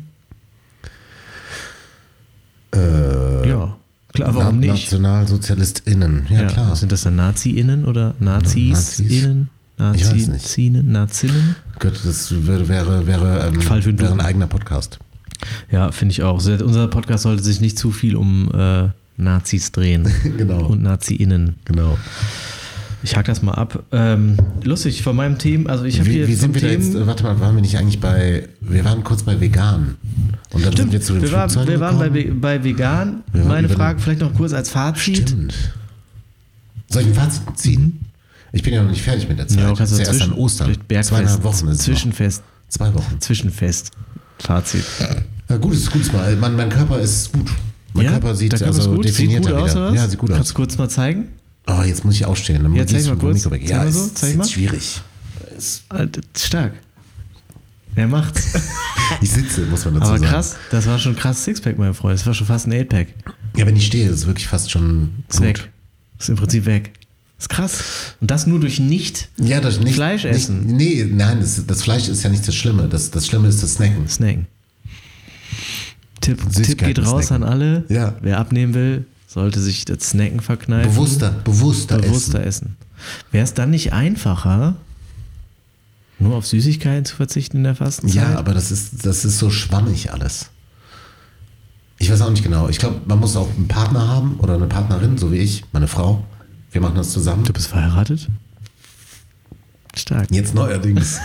D: Ja. Klar, warum nicht?
C: NationalsozialistInnen. Ja, klar.
D: Sind das dann Nazi-Innen oder Nazis-Innen?
C: Ich weiß nicht.
D: Nazinnen?
C: Gott, das wäre
D: Fall für einen
C: ein
D: Duden.
C: eigener Podcast.
D: Ja, finde ich auch. Unser Podcast sollte sich nicht zu viel um Nazis drehen.
C: Genau.
D: Und Nazi-Innen.
C: Genau.
D: Ich hack das mal ab. Lustig, von meinem Thema, also ich habe hier
C: Wie sind wir da
D: Themen.
C: jetzt, warte mal, waren wir nicht eigentlich wir waren kurz bei vegan. Und dann sind wir zu den
D: wir waren
C: Flugzeugen
D: bei vegan.
C: Wir waren
D: Meine
C: über
D: Frage vielleicht noch kurz als Fazit.
C: Stimmt. Soll ich ein Fazit ziehen? Ich bin ja noch nicht fertig mit der Zeit.
D: Ja, kannst
C: ist
D: du
C: ja erst an Ostern.
D: vielleicht Bergfest,
C: 2,5 Wochen ist es noch.
D: Zwischenfest.
C: 2 Wochen.
D: Zwischenfest. Fazit.
C: Ja, gutes Mal. Mein Körper ist gut. Mein Körper sieht
D: der Körper ist gut.
C: definiert
D: Sieht gut aus,
C: wieder.
D: oder was?
C: Ja, sieht gut
D: Kannst
C: aus.
D: du kurz mal zeigen?
C: Oh, jetzt muss ich aufstehen. Dann
D: Ja, zeig
C: gehst
D: mal
C: du vom
D: kurz.
C: Mikro weg.
D: Zeig
C: Ja,
D: mal so,
C: ist
D: zeig mal.
C: schwierig.
D: Alter, stark. Wer macht's?
C: Ich sitze, muss man dazu
D: Aber
C: sagen.
D: krass, das war schon ein krasses Sixpack, mein Freund. Das war schon fast ein 8-Pack.
C: Ja, wenn ich stehe, ist es wirklich fast schon
D: Ist weg. Ist im Prinzip weg. Ist krass. Und das nur durch nicht
C: Ja, das nicht
D: Fleisch essen.
C: Nein, das Fleisch ist ja nicht das Schlimme. Das Schlimme ist das Snacken.
D: Snacken. Tipp
C: Süßigkeiten
D: geht raus
C: snacken.
D: an alle.
C: Ja.
D: Wer abnehmen will, sollte sich das Snacken verkneifen.
C: Bewusster
D: essen. Wäre es dann nicht einfacher, nur auf Süßigkeiten zu verzichten in der Fastenzeit?
C: Ja, aber das ist so schwammig alles. Ich weiß auch nicht genau. Ich glaube, man muss auch einen Partner haben oder eine Partnerin, so wie ich, meine Frau. Wir machen das zusammen.
D: Du bist verheiratet? Stark.
C: Jetzt neuerdings.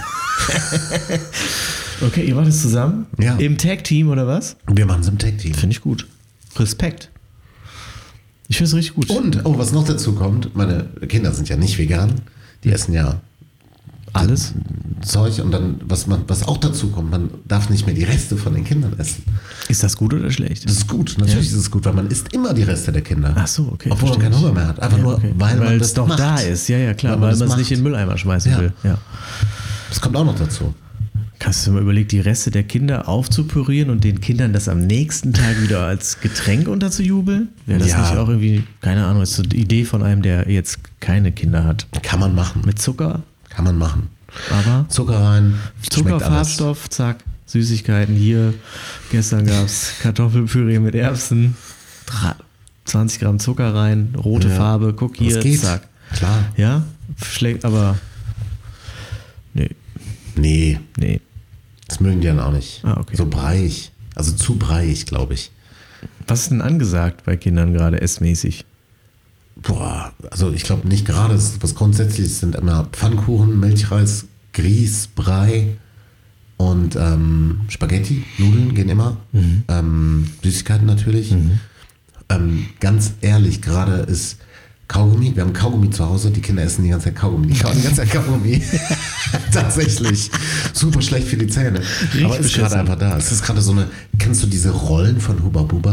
D: Okay, ihr macht es zusammen?
C: Ja.
D: Im Tag-Team oder was?
C: Wir machen es im Tag-Team.
D: Finde ich gut. Respekt. Ich finde es richtig gut.
C: Und, was noch dazu kommt, meine Kinder sind ja nicht vegan. Die essen ja
D: alles?
C: Zeug. Und dann, was auch dazu kommt, man darf nicht mehr die Reste von den Kindern essen.
D: Ist das gut oder schlecht?
C: Das ist gut, natürlich ist es gut, weil man isst immer die Reste der Kinder.
D: Ach so, okay.
C: Obwohl man
D: verstehe
C: keinen
D: ich.
C: Hunger mehr hat. Einfach nur,
D: okay.
C: weil man
D: es
C: das
D: doch
C: macht.
D: da ist. Ja, ja, klar,
C: Weil man
D: weil
C: das
D: man es
C: macht.
D: nicht in den Mülleimer schmeißen
C: Ja.
D: will. Ja.
C: Das kommt auch noch dazu.
D: Hast du dir mal überlegt, die Reste der Kinder aufzupürieren und den Kindern das am nächsten Tag wieder als Getränk unterzujubeln? Wäre das
C: Ja.
D: nicht auch irgendwie, keine Ahnung, ist so die Idee von einem, der jetzt keine Kinder hat?
C: Kann man machen.
D: Mit Zucker,
C: Kann man machen.
D: aber
C: Zucker rein.
D: Zucker,
C: schmeckt alles.
D: Farbstoff, zack, Süßigkeiten hier. Gestern gab es Kartoffelpüree mit Erbsen, 20 Gramm Zucker rein, rote
C: Ja.
D: Farbe, guck hier,
C: Das geht.
D: zack.
C: Klar.
D: Ja, schlägt, aber
C: Nee,
D: nee.
C: das mögen die dann auch nicht.
D: Ah, okay.
C: So breiig. Also zu breiig, glaube ich.
D: Was ist denn angesagt bei Kindern gerade essmäßig?
C: Boah, also ich glaube nicht gerade, was grundsätzlich sind immer Pfannkuchen, Milchreis, Grieß, Brei und Spaghetti, Nudeln gehen immer. Süßigkeiten natürlich. Ganz ehrlich, gerade ist Kaugummi. Wir haben Kaugummi zu Hause, die Kinder essen die ganze Zeit Kaugummi. Die kauen die ganze Zeit Kaugummi. Tatsächlich. Super schlecht für die Zähne. Aber ist
D: beschissen.
C: gerade einfach da. Es ist gerade so eine, kennst du diese Rollen von Hubba Bubba?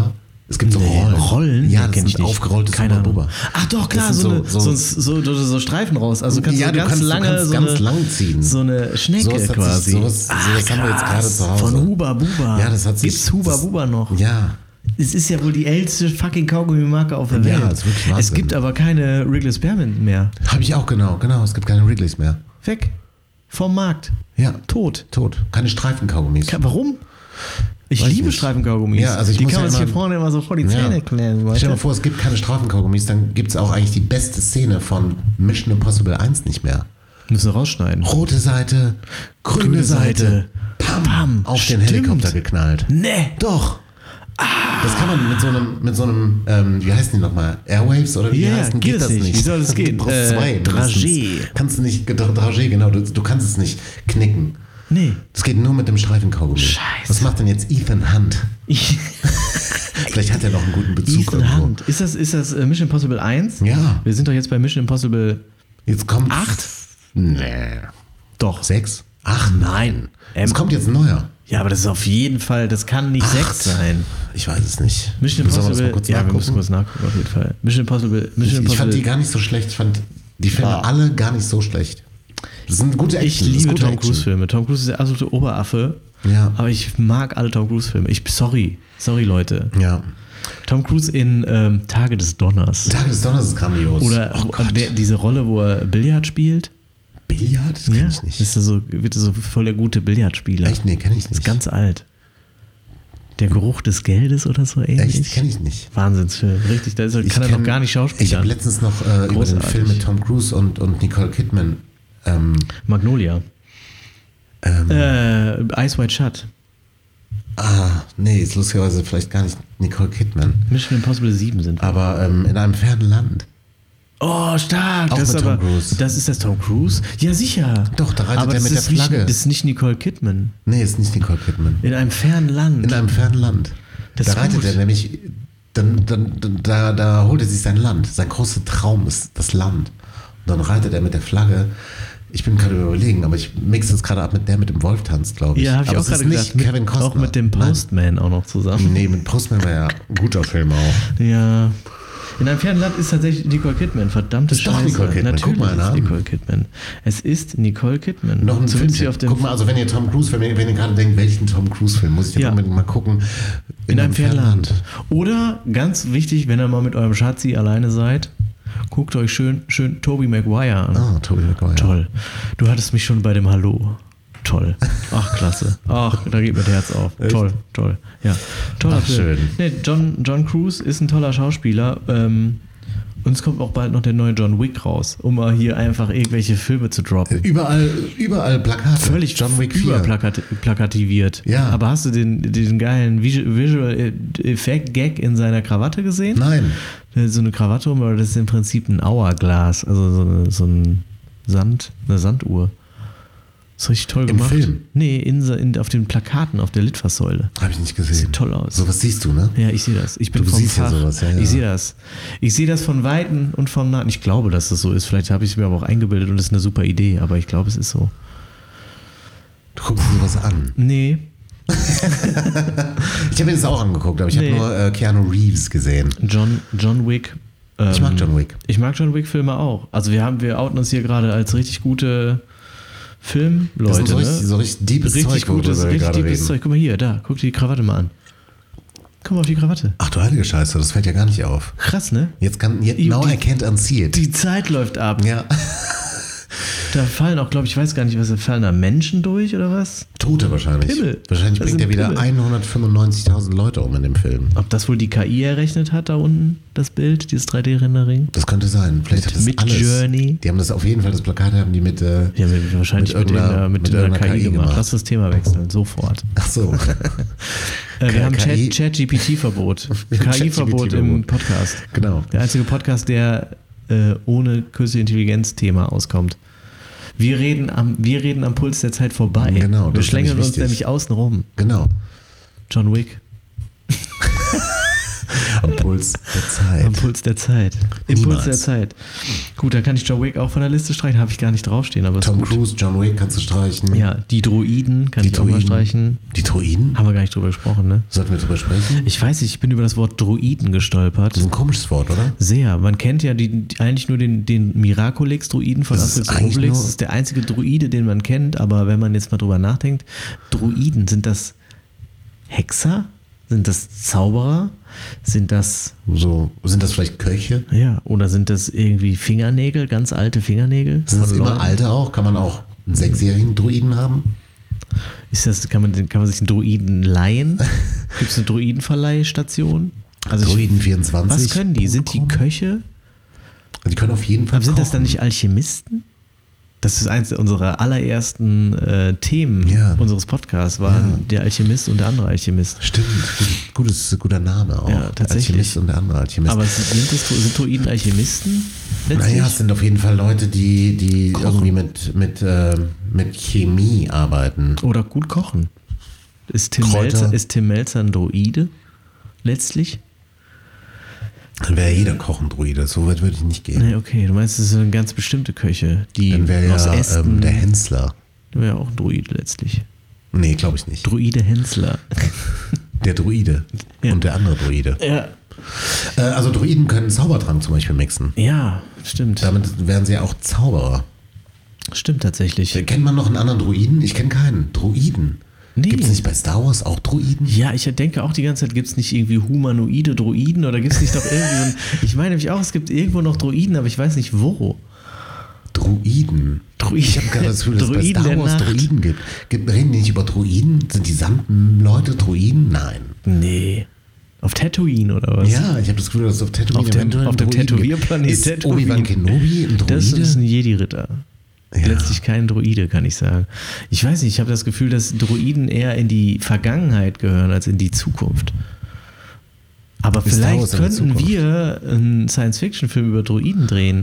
C: Es gibt so Rollen.
D: Rollen?
C: Ja,
D: Nee,
C: das
D: kenn ich
C: sind
D: nicht.
C: aufgerollte
D: Keine Ahnung.
C: Super-Bubba.
D: Ach doch, klar,
C: Das sind
D: so Streifen raus. Also kannst
C: Ja,
D: du ganz lange
C: du kannst
D: so
C: ganz
D: eine,
C: lang ziehen.
D: so eine Schnecke
C: Sowas hat sich-
D: quasi.
C: sowas haben wir jetzt gerade zu Hause.
D: Von Huba Buba.
C: Ja, das hat sich-
D: Gibt's Huba
C: das-
D: Buba noch?
C: Ja.
D: Es ist ja wohl die älteste fucking Kaugummi-Marke auf der
C: Ja,
D: Welt.
C: ist wirklich Wahnsinn.
D: Es gibt aber keine Wrigley Spearmint mehr.
C: Habe ich auch, genau. Es gibt keine Wrigley's mehr.
D: Weg. Vom Markt.
C: Ja.
D: Tot.
C: Tot. Keine Streifenkaugummis.
D: Warum? Ich
C: Weiß
D: liebe
C: nicht.
D: Streifenkaugummis.
C: Ja, also ich
D: die
C: muss
D: kann
C: ja
D: man sich hier
C: immer-
D: vorne immer so vor die Zähne klären.
C: Stell dir mal vor, es gibt keine Strafenkaugummis, dann gibt es auch eigentlich die beste Szene von Mission Impossible 1 nicht mehr.
D: Müssen wir rausschneiden.
C: Rote Seite, grüne Seite, Pam, auf den
D: Stimmt.
C: Helikopter geknallt.
D: Nee.
C: Doch. Das kann man mit so einem wie heißen die nochmal? Airwaves oder wie
D: Ja,
C: heißen?
D: geht das nicht. Wie soll das gehen?
C: Du brauchst zwei.
D: Dragé.
C: Kannst du nicht, Dragé, genau, du kannst es nicht knicken.
D: Nee.
C: Das geht nur mit dem Streifenkaugummi.
D: Scheiße.
C: Was macht denn jetzt Ethan Hunt? Vielleicht hat er noch einen guten Bezug
D: Ethan
C: irgendwo.
D: Hunt. Ist das Mission Impossible 1?
C: Ja.
D: Wir sind doch jetzt bei Mission Impossible
C: Jetzt kommt
D: 8?
C: Nee.
D: Doch.
C: 6? 8?
D: Nein.
C: Es kommt jetzt ein neuer.
D: Ja, aber das ist auf jeden Fall, das kann nicht 6 sein.
C: Ich weiß es nicht.
D: Mission
C: Sollen wir das mal
D: Impossible.
C: kurz
D: Ja, wir
C: nachgucken?
D: müssen kurz nachgucken, auf jeden Fall. Mission Impossible.
C: Ich fand die gar nicht so schlecht. Ich fand die Filme
D: Ja.
C: alle gar nicht so schlecht. Das sind gute Action.
D: Ich
C: das ist
D: liebe
C: gute
D: Tom
C: Action.
D: Cruise Filme. Tom Cruise ist der absolute Oberaffe.
C: Ja.
D: Aber ich mag alle Tom Cruise Filme. Sorry, Leute.
C: Ja.
D: Tom Cruise in Tage des Donners.
C: Tag des Donners ist grandios.
D: Oder
C: oh Gott.
D: diese Rolle, wo er Billard spielt.
C: Billard? Das kenn ich nicht.
D: Ist wird so voll der gute Billardspieler.
C: Echt? Nee, kenn ich nicht.
D: Ist ganz alt. Der Geruch des Geldes oder so ähnlich.
C: Echt? Kenn ich nicht.
D: Wahnsinnsfilm. Richtig, da kann er noch gar nicht
C: Ich habe
D: schauspielern.
C: letztens noch über den
D: Großartig.
C: Film mit Tom Cruise und Nicole Kidman.
D: Magnolia. Ice White Shut.
C: Nee, ist lustigerweise vielleicht gar nicht Nicole Kidman.
D: Mission Impossible 7 sind wir.
C: Aber in einem fernen Land.
D: Oh, stark.
C: Auch
D: Das ist
C: mit Tom
D: aber,
C: Cruise.
D: das ist das Tom Cruise? Ja, sicher.
C: Doch, da reitet
D: aber
C: er
D: das
C: mit der
D: ist nicht-
C: Flagge.
D: Das ist nicht Nicole Kidman.
C: Nee, ist nicht Nicole Kidman.
D: In einem fernen Land.
C: In einem fernen Land.
D: Das
C: Da
D: ist
C: reitet
D: gut.
C: er nämlich, da holt er sich sein Land. Sein großer Traum ist das Land. Und dann reitet er mit der Flagge. Ich bin gerade überlegen, aber ich mixe es gerade ab mit der mit dem Wolf tanzt, glaube ich.
D: Ja, habe ich
C: aber
D: auch
C: es ist
D: gerade
C: nicht
D: gedacht.
C: Kevin Costner.
D: Auch mit dem Postman auch noch zusammen.
C: Nein. Nee, mit Postman war ja ein guter Film auch.
D: Ja. In einem fernen Land ist tatsächlich Nicole Kidman. Verdammte
C: Ist doch
D: Scheiße.
C: Nicole Kidman.
D: Natürlich
C: Guck mal
D: ist
C: an.
D: Nicole Kidman. Es ist Nicole Kidman.
C: Noch ein
D: Zumindest
C: Film.
D: hier auf dem
C: Guck mal, also wenn ihr Tom Cruise, wenn ihr gerade denkt, welchen Tom Cruise-Film, muss ich jetzt
D: Ja.
C: unbedingt mal gucken.
D: in einem fernen Land. Oder, ganz wichtig, wenn ihr mal mit eurem Schatzi alleine seid, guckt euch schön Tobey Maguire an.
C: Ah, Tobey Maguire.
D: Toll. Du hattest mich schon bei dem Hallo. Toll. Ach, klasse. Ach, da geht mir das Herz auf.
C: Echt?
D: Toll. Ja. Toller
C: Ach,
D: Film.
C: schön.
D: Nee, John Cruise ist ein toller Schauspieler. Und es kommt auch bald noch der neue John Wick raus, um mal hier einfach irgendwelche Filme zu droppen.
C: Überall Plakate.
D: Völlig
C: John Wick 4.
D: überplakativiert.
C: Ja.
D: Aber hast du den geilen Visual Effect Gag in seiner Krawatte gesehen?
C: Nein.
D: So eine Krawatte, aber das ist im Prinzip ein Hourglass, also so ein eine Sanduhr. Das ist richtig toll
C: Im
D: gemacht.
C: Film?
D: Nee, auf den Plakaten, auf der Litfaßsäule.
C: Habe ich nicht gesehen.
D: Sieht toll aus.
C: Sowas siehst du, ne?
D: Ja, ich sehe das. Ich bin
C: Du
D: vom
C: siehst ja
D: Fach.
C: sowas, ja.
D: Ich sehe das. Ich sehe das von Weitem und von Nahen. Ich glaube, dass das so ist. Vielleicht habe ich es mir aber auch eingebildet und das ist eine super Idee, aber ich glaube, es ist so.
C: Du guckst dir sowas an.
D: Nee.
C: Ich habe mir das auch angeguckt, aber ich
D: Nee.
C: habe nur Keanu Reeves gesehen.
D: John Wick.
C: Ich mag John Wick.
D: Ich mag John Wick-Filme auch. Also wir outen uns hier gerade als richtig gute Filmleute.
C: Das sind
D: Ne?
C: so richtig deepes
D: Richtig
C: Zeug, worüber
D: gutes,
C: wir
D: richtig
C: gerade
D: deepes
C: reden.
D: Zeug. Guck mal hier, da, guck dir die Krawatte mal an. Guck mal auf die Krawatte.
C: Ach du heilige Scheiße, das fällt ja gar nicht auf.
D: Krass, ne?
C: Now I can't unsee it.
D: Die Zeit läuft ab.
C: Ja.
D: Da fallen auch, glaube ich, weiß gar nicht, was da fallen da Menschen durch oder was?
C: Tote wahrscheinlich.
D: Pimmel.
C: Wahrscheinlich
D: Das
C: bringt er
D: sind
C: wieder
D: Pimmel.
C: 195.000 Leute um in dem Film.
D: Ob das wohl die KI errechnet hat da unten, das Bild, dieses 3D-Rendering?
C: Das könnte sein. Vielleicht hat das
D: Mit
C: alles.
D: Journey.
C: Die haben das auf jeden Fall, das Plakat haben die mit.
D: Die haben wir wahrscheinlich mit irgendeiner KI gemacht. Lass das Thema wechseln, sofort.
C: Ach so.
D: Wir haben
C: KI.
D: Chat-GPT-Verbot.
C: Wir haben
D: KI-Verbot im Podcast.
C: Genau.
D: Der einzige Podcast, der ohne künstliche Intelligenz-Thema auskommt. Wir reden am Puls der Zeit vorbei.
C: Genau, das
D: Wir
C: ist
D: schlängeln
C: nämlich
D: uns
C: wichtig.
D: nämlich außen rum.
C: Genau.
D: John Wick.
C: Am Puls der Zeit.
D: Am Puls der Zeit. Impuls
C: Niemals.
D: der Zeit. Gut, da kann ich John Wick auch von der Liste streichen, habe ich gar nicht draufstehen. Aber
C: Tom
D: ist gut.
C: Cruise, John Wick kannst du streichen.
D: Ja, die Droiden kann ich auch mal streichen.
C: Die Droiden?
D: Haben wir gar nicht drüber gesprochen, ne?
C: Sollten wir drüber sprechen?
D: Ich weiß nicht, ich bin über das Wort Droiden gestolpert.
C: Das ist ein komisches Wort, oder?
D: Sehr. Man kennt ja eigentlich nur den Miraculix-Droiden von
C: Das ist
D: Asterix und
C: eigentlich
D: Obelix.
C: nur-
D: Das ist der einzige Droide, den man kennt. Aber wenn man jetzt mal drüber nachdenkt, Droiden, sind das Hexer? Sind das Zauberer? Sind das,
C: So, sind das vielleicht Köche?
D: ja, oder sind das irgendwie Fingernägel, ganz alte Fingernägel?
C: Sind das
D: von
C: immer
D: Leuten?
C: alte auch? Kann man auch einen 6-jährigen Druiden haben?
D: Kann man sich einen Droiden leihen? Gibt es eine Droidenverleihstation? Also
C: Druiden 24.
D: was können die? Sind die Köche?
C: Die können auf jeden Fall
D: Aber sind das dann
C: kochen.
D: nicht Alchemisten? Das ist eins unserer allerersten Themen
C: Ja.
D: unseres Podcasts, waren der Alchemist und der andere Alchemist.
C: Stimmt, guter Name auch.
D: Ja,
C: Der
D: tatsächlich.
C: Alchemist und der andere Alchemist.
D: Aber sind Droiden Alchemisten? Letztlich?
C: Naja, es sind auf jeden Fall Leute, die irgendwie mit Chemie arbeiten.
D: Oder gut kochen. Ist Tim
C: Kräuter.
D: Melzer ein Droide? Letztlich?
C: Dann wäre jeder Koch ein Druide, so weit würde ich nicht gehen.
D: Nee, okay, du meinst, es sind ganz bestimmte Köche, die
C: Dann wäre
D: aus
C: ja
D: Ästen.
C: der Hensler.
D: Der wäre auch ein Druide letztlich.
C: Nee, glaube ich nicht.
D: Druide Hensler.
C: Der Druide
D: Ja.
C: und der andere Druide.
D: Ja.
C: Also Druiden können Zaubertrank zum Beispiel mixen.
D: Ja, stimmt.
C: Damit wären sie ja auch Zauberer.
D: Stimmt tatsächlich.
C: Kennt man noch einen anderen Druiden? Ich kenne keinen. Druiden.
D: Nee.
C: Gibt es nicht bei Star Wars auch Druiden?
D: Ja, ich denke auch die ganze Zeit, gibt es nicht irgendwie humanoide Droiden oder gibt es nicht doch irgendwie so ein, ich meine nämlich auch, es gibt irgendwo noch Droiden, aber ich weiß nicht wo.
C: Druiden.
D: Druiden.
C: Ich habe gerade das Gefühl, dass es bei
D: Druiden
C: Star
D: der
C: Wars
D: Nacht.
C: Druiden gibt. Reden die nicht über Druiden? Sind die Sandleute Druiden? Nein.
D: Nee. Auf Tatooine oder was?
C: Ja, ich habe das Gefühl, dass es auf Tatooine
D: Auf dem
C: eventuell einen
D: Tätowierplanet
C: Druiden gibt. Ist
D: Tatooine.
C: Obi-Wan Kenobi ein Druide?
D: Das ist ein Jedi-Ritter.
C: Ja.
D: Letztlich kein Droide, kann ich sagen. Ich weiß nicht, ich habe das Gefühl, dass Droiden eher in die Vergangenheit gehören als in die Zukunft. Aber
C: Wie Star Wars
D: vielleicht
C: in der
D: könnten
C: Zukunft.
D: wir einen Science-Fiction-Film über Droiden drehen.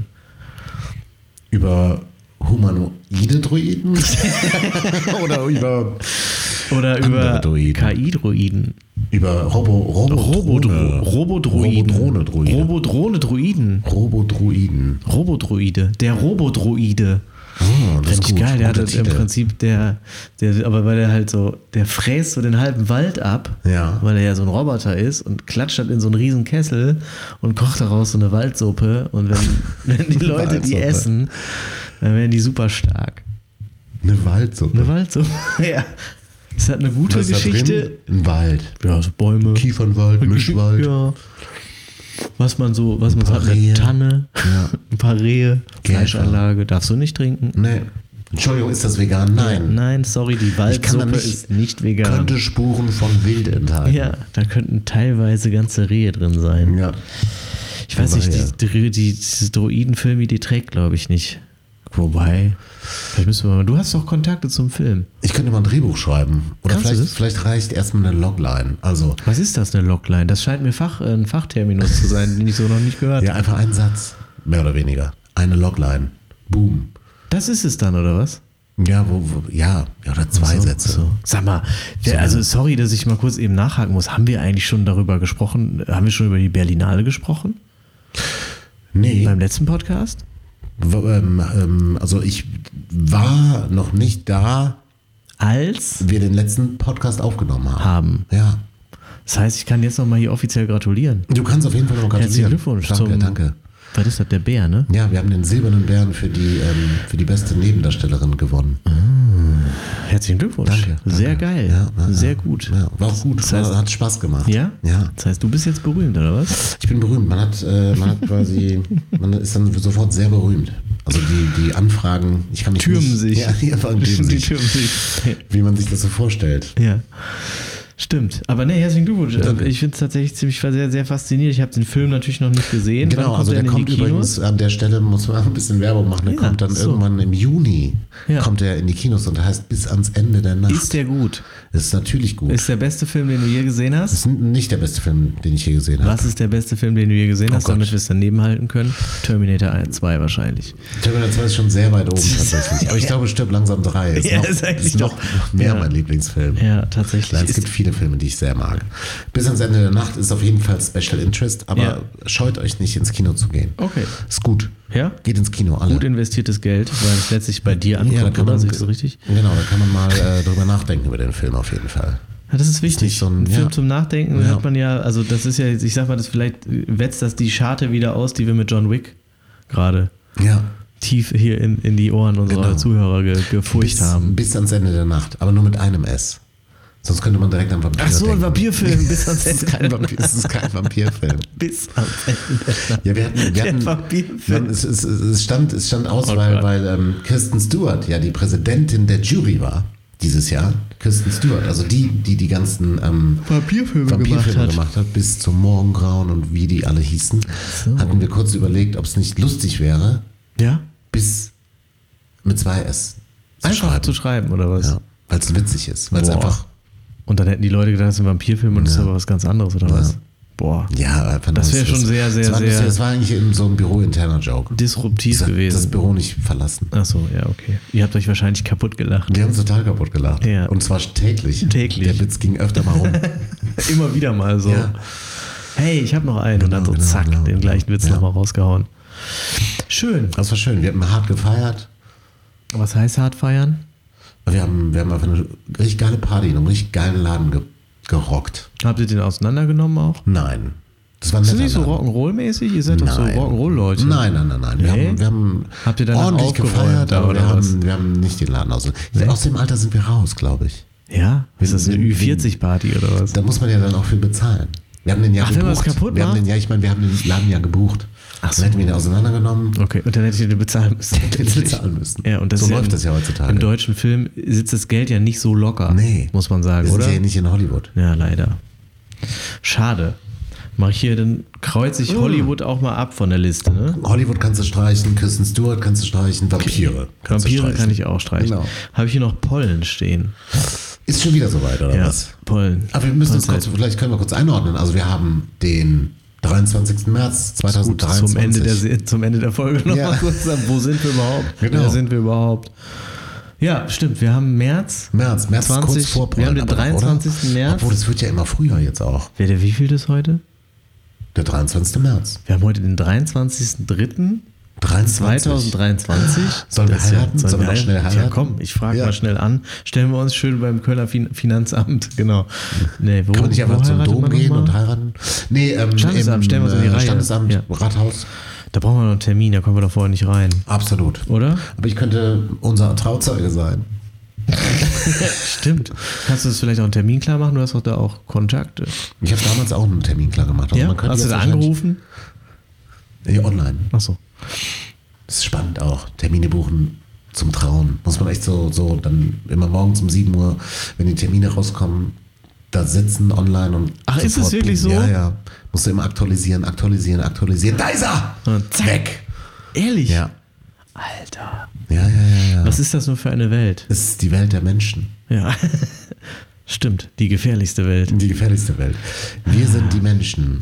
C: Über humanoide Druiden? Oder über
D: Oder
C: Andere
D: über
C: Droiden.
D: KI-Droiden.
C: Über
D: Robodroiden.
C: Robodrohne-Druiden.
D: Robodroide-Droiden.
C: Robodruiden.
D: Robodroide. Der Robodroide.
C: Oh, das
D: Finde
C: ist
D: ich
C: gut.
D: geil. Der
C: Guter
D: hat im
C: Titel.
D: Prinzip aber weil der halt so, der fräst so den halben Wald ab,
C: Ja.
D: weil er ja so ein Roboter ist und klatscht halt in so einen riesen Kessel und kocht daraus so eine Waldsuppe. Und wenn die Leute die
C: Waldsuppe.
D: essen, dann werden die super stark.
C: Eine Waldsuppe.
D: Eine Waldsuppe. Ja. Es hat eine gute
C: Was ist da
D: Geschichte.
C: drin? Ein Wald.
D: Ja, so Bäume.
C: Kiefernwald, Mischwald.
D: Ja. Was man so
C: paar
D: hat, eine
C: Rehe.
D: Tanne,
C: Ja.
D: ein paar Rehe,
C: Käfer.
D: Fleischanlage, darfst du nicht trinken.
C: Nee. Entschuldigung, ist das vegan? Nein.
D: Nein, sorry, die
C: Ich kann da
D: Waldsuppe
C: nicht-
D: ist nicht vegan.
C: Könnte Spuren von Wild enthalten.
D: Ja, da könnten teilweise ganze Rehe drin sein.
C: Ja.
D: Ich weiß nicht, diese Droidenfilme, die trägt, glaube ich, nicht. Wobei, vielleicht müssen wir mal. Du hast doch Kontakte zum Film.
C: Ich könnte mal ein Drehbuch schreiben. Oder
D: Kannst du das?
C: vielleicht reicht erstmal eine Logline. Also,
D: Was ist das, eine Logline? Das scheint mir ein Fachterminus zu sein, den ich so noch nicht gehört habe.
C: ja, einfach ein Satz. Mehr oder weniger. Eine Logline. Boom.
D: Das ist es dann, oder was?
C: Ja, ja, oder zwei
D: So,
C: Sätze.
D: so. Sag mal, also sorry, dass ich mal kurz eben nachhaken muss. Haben wir eigentlich schon darüber gesprochen? Haben wir schon über die Berlinale gesprochen?
C: Nee.
D: Beim letzten Podcast?
C: Also ich war noch nicht da,
D: Als
C: wir den letzten Podcast aufgenommen haben. Ja.
D: Das heißt, ich kann jetzt nochmal hier offiziell gratulieren.
C: Du kannst auf jeden Fall noch
D: Herzlichen
C: gratulieren.
D: Glückwunsch
C: Danke.
D: Was ist das, der Bär, ne?
C: Ja, wir haben den Silbernen Bären für die beste Nebendarstellerin gewonnen.
D: Herzlichen Glückwunsch.
C: Danke.
D: Sehr geil.
C: Ja,
D: Sehr gut.
C: Ja, war auch gut.
D: Das heißt-
C: hat Spaß gemacht.
D: Ja?
C: Ja.
D: Das heißt, du bist jetzt berühmt, oder was?
C: Ich bin berühmt. Man hat quasi, man ist dann sofort sehr berühmt. Also die Anfragen, ich kann mich
D: Türmen
C: nicht,
D: sich.
C: Ja, die Anfragen türmen
D: Die
C: sich,
D: türmen sich.
C: wie man sich das so vorstellt.
D: Ja. Stimmt. Aber ne, herzlichen Glückwunsch.
C: Danke.
D: Ich finde es tatsächlich sehr, sehr faszinierend. Ich habe den Film natürlich noch nicht gesehen.
C: Genau,
D: Wann
C: also
D: er
C: der
D: denn in
C: kommt
D: die Kinos?
C: übrigens an der Stelle, muss man ein bisschen Werbung machen, der
D: Ja,
C: kommt dann
D: so.
C: irgendwann im Juni,
D: Ja.
C: kommt er in die Kinos und heißt bis ans Ende der Nacht.
D: Ist der gut?
C: Ist natürlich gut.
D: Ist der beste Film, den du je gesehen hast?
C: ist nicht der beste Film, den ich je gesehen habe.
D: Was ist der beste Film, den du je gesehen hast,
C: Gott.
D: damit wir es daneben halten können? Terminator 1, 2 wahrscheinlich.
C: Terminator 2 ist schon sehr weit oben tatsächlich. Aber ich glaube, Stirb langsam 3 ist,
D: Ja,
C: noch,
D: ist eigentlich
C: ist noch
D: doch-
C: mehr
D: ja.
C: mein Lieblingsfilm.
D: Ja, tatsächlich.
C: Es gibt viele viele Filme, die ich sehr mag. Bis ans Ende der Nacht ist auf jeden Fall Special Interest, aber
D: Ja.
C: scheut euch nicht, ins Kino zu gehen.
D: Okay.
C: Ist gut.
D: Ja?
C: Geht ins Kino, alle.
D: Gut investiertes Geld, weil es letztlich bei dir
C: Ja,
D: ankommt,
C: da kann
D: oder?
C: man,
D: Sehe ich so richtig?
C: Genau, da kann man mal drüber nachdenken über den Film auf jeden Fall.
D: Ja, das ist wichtig.
C: nicht so ein-
D: Film
C: ja.
D: zum Nachdenken
C: Ja.
D: hat man ja, also das ist ja, ich sag mal, das vielleicht wetzt das die Scharte wieder aus, die wir mit John Wick gerade
C: Ja.
D: tief hier in die Ohren unserer
C: Genau.
D: Zuhörer gefurcht haben.
C: Bis ans Ende der Nacht, aber nur mit einem S. Sonst könnte man direkt an Vampire
D: Ach so, ein
C: denken.
D: Vampirfilm bis ans
C: Das ist
D: Ende.
C: kein Vampir, es ist kein Vampirfilm.
D: Bis ans Ende.
C: Ja, wir hatten
D: Vampirfilm.
C: es stand aus,
D: Oh
C: weil
D: Gott.
C: Kristen Stewart ja die Präsidentin der Jury war dieses Jahr. Kristen Stewart, also die ganzen
D: Vampirfilme
C: gemacht hat, bis zum Morgengrauen und wie die alle hießen, hatten wir kurz überlegt, ob es nicht lustig wäre,
D: Ja?
C: bis mit 2 S
D: Einfach zu schreiben, oder was?
C: Ja, weil es witzig ist, weil es
D: Boah.
C: einfach,
D: Und dann hätten die Leute gedacht, das ist ein Vampirfilm und das ist aber was ganz anderes, oder was? Boah.
C: ja, einfach
D: Das
C: nur-
D: wäre schon sehr, sehr,
C: es war,
D: sehr-
C: Es war eigentlich eben so ein bürointerner Joke.
D: Disruptiv
C: Das
D: gewesen.
C: Büro nicht verlassen.
D: Ach so, ja, okay. Ihr habt euch wahrscheinlich kaputt gelacht.
C: Wir haben uns total kaputt gelacht.
D: Ja.
C: Und zwar täglich.
D: Täglich.
C: Der Witz ging öfter mal rum.
D: Immer wieder mal so.
C: Ja.
D: Hey, ich habe noch einen. Und dann so
C: Genau,
D: zack,
C: genau.
D: den gleichen Witz
C: Ja.
D: nochmal rausgehauen. Schön.
C: Das war schön. Wir haben hart gefeiert.
D: Was heißt hart feiern?
C: Wir haben einfach eine richtig geile Party in einem richtig geilen Laden gerockt.
D: Habt ihr den auseinandergenommen auch?
C: Nein. Das war ein
D: Ist das
C: netter
D: nicht so
C: Laden.
D: Rock'n'Roll-mäßig? Ihr seid doch so
C: Nein.
D: Rock'n'Roll-Leute.
C: Nein.
D: Nee?
C: Wir haben
D: Habt ihr danach
C: ordentlich
D: aufgeräumt
C: gefeiert,
D: da,
C: aber
D: oder was?
C: wir haben nicht den Laden aus. Aus dem Alter sind wir raus, glaube ich.
D: Ja? Ist das eine
C: Wir-
D: Ü40-Party oder was?
C: Da muss man ja dann auch für bezahlen. Wir haben den ja
D: Ach, wenn
C: gebucht.
D: man es kaputt
C: wir haben
D: macht?
C: den, ja, ich meine, wir haben den Laden ja gebucht.
D: Ach so.
C: Dann hätten wir ihn auseinandergenommen.
D: Okay, und dann hättet ihr den bezahlen müssen.
C: Hätten wir bezahlen müssen.
D: Ja, und das
C: So
D: ist
C: läuft das ja heutzutage.
D: Im deutschen Film sitzt das Geld ja nicht so locker,
C: Nee.
D: muss man sagen,
C: Wir sind
D: oder?
C: ja hier nicht in Hollywood.
D: Ja, leider. Schade. Mach ich hier, dann kreuze ich Hollywood auch mal ab von der Liste, ne?
C: Hollywood kannst du streichen, Kristen Stewart kannst du streichen, Vampire. kannst du
D: Vampire
C: streichen.
D: kann ich auch streichen.
C: Genau.
D: Habe ich hier noch Pollen stehen?
C: Ist schon wieder soweit, oder
D: Ja,
C: was?
D: Pollen.
C: Aber wir müssen uns
D: Pollen.
C: vielleicht können wir kurz einordnen. Also wir haben den 23. März
D: Gut,
C: 2023.
D: zum Ende der Folge noch
C: Ja.
D: mal kurz sagen, wo sind wir überhaupt?
C: Genau.
D: Wer sind wir überhaupt? Ja, stimmt, wir haben März.
C: März
D: 20,
C: kurz vor
D: wir haben den
C: aber noch,
D: 23.
C: oder?
D: März.
C: Obwohl, es wird ja immer früher jetzt auch.
D: Wer der wievielte ist heute?
C: Der 23. März.
D: Wir haben heute den 23.03. 2023.
C: Sollen wir
D: Das ist ja-
C: heiraten? Sollen wir noch schnell heiraten?
D: Ja, komm, ich frage
C: Ja.
D: mal schnell an. Stellen wir uns schön beim Kölner Finanzamt. Genau. Nee, wo,
C: Kann man nicht einfach
D: wo
C: zum
D: heiratet
C: Dom
D: man
C: gehen
D: noch
C: und
D: mal?
C: heiraten? Nee,
D: Standesamt, stellen wir uns in die Reihe.
C: Standesamt,
D: Ja.
C: Rathaus.
D: Da brauchen wir noch einen Termin, da kommen wir doch vorher nicht rein.
C: Absolut.
D: Oder?
C: Aber ich könnte unser Trauzeuge sein.
D: Stimmt. Kannst du das vielleicht auch einen Termin klar machen? Du hast doch da auch Kontakte.
C: Ich habe damals auch einen Termin klar gemacht. Also
D: Ja?
C: man könnte
D: Hast du
C: jetzt
D: da
C: wahrscheinlich-
D: angerufen?
C: Nee, online.
D: Achso.
C: Das ist spannend auch. Termine buchen zum Trauen. Muss man echt so dann immer morgens um 7 Uhr, wenn die Termine rauskommen, da sitzen online und.
D: Ach, ist
C: sofort
D: es wirklich
C: buchen.
D: so?
C: Ja, ja. Musst du immer aktualisieren. Da ist er!
D: Und zack.
C: Weg!
D: Ehrlich?
C: Ja.
D: Alter.
C: Ja.
D: Was ist das nur für eine Welt?
C: Das ist die Welt der Menschen.
D: Ja. Stimmt, die gefährlichste Welt.
C: Die gefährlichste Welt. Wir sind die Menschen.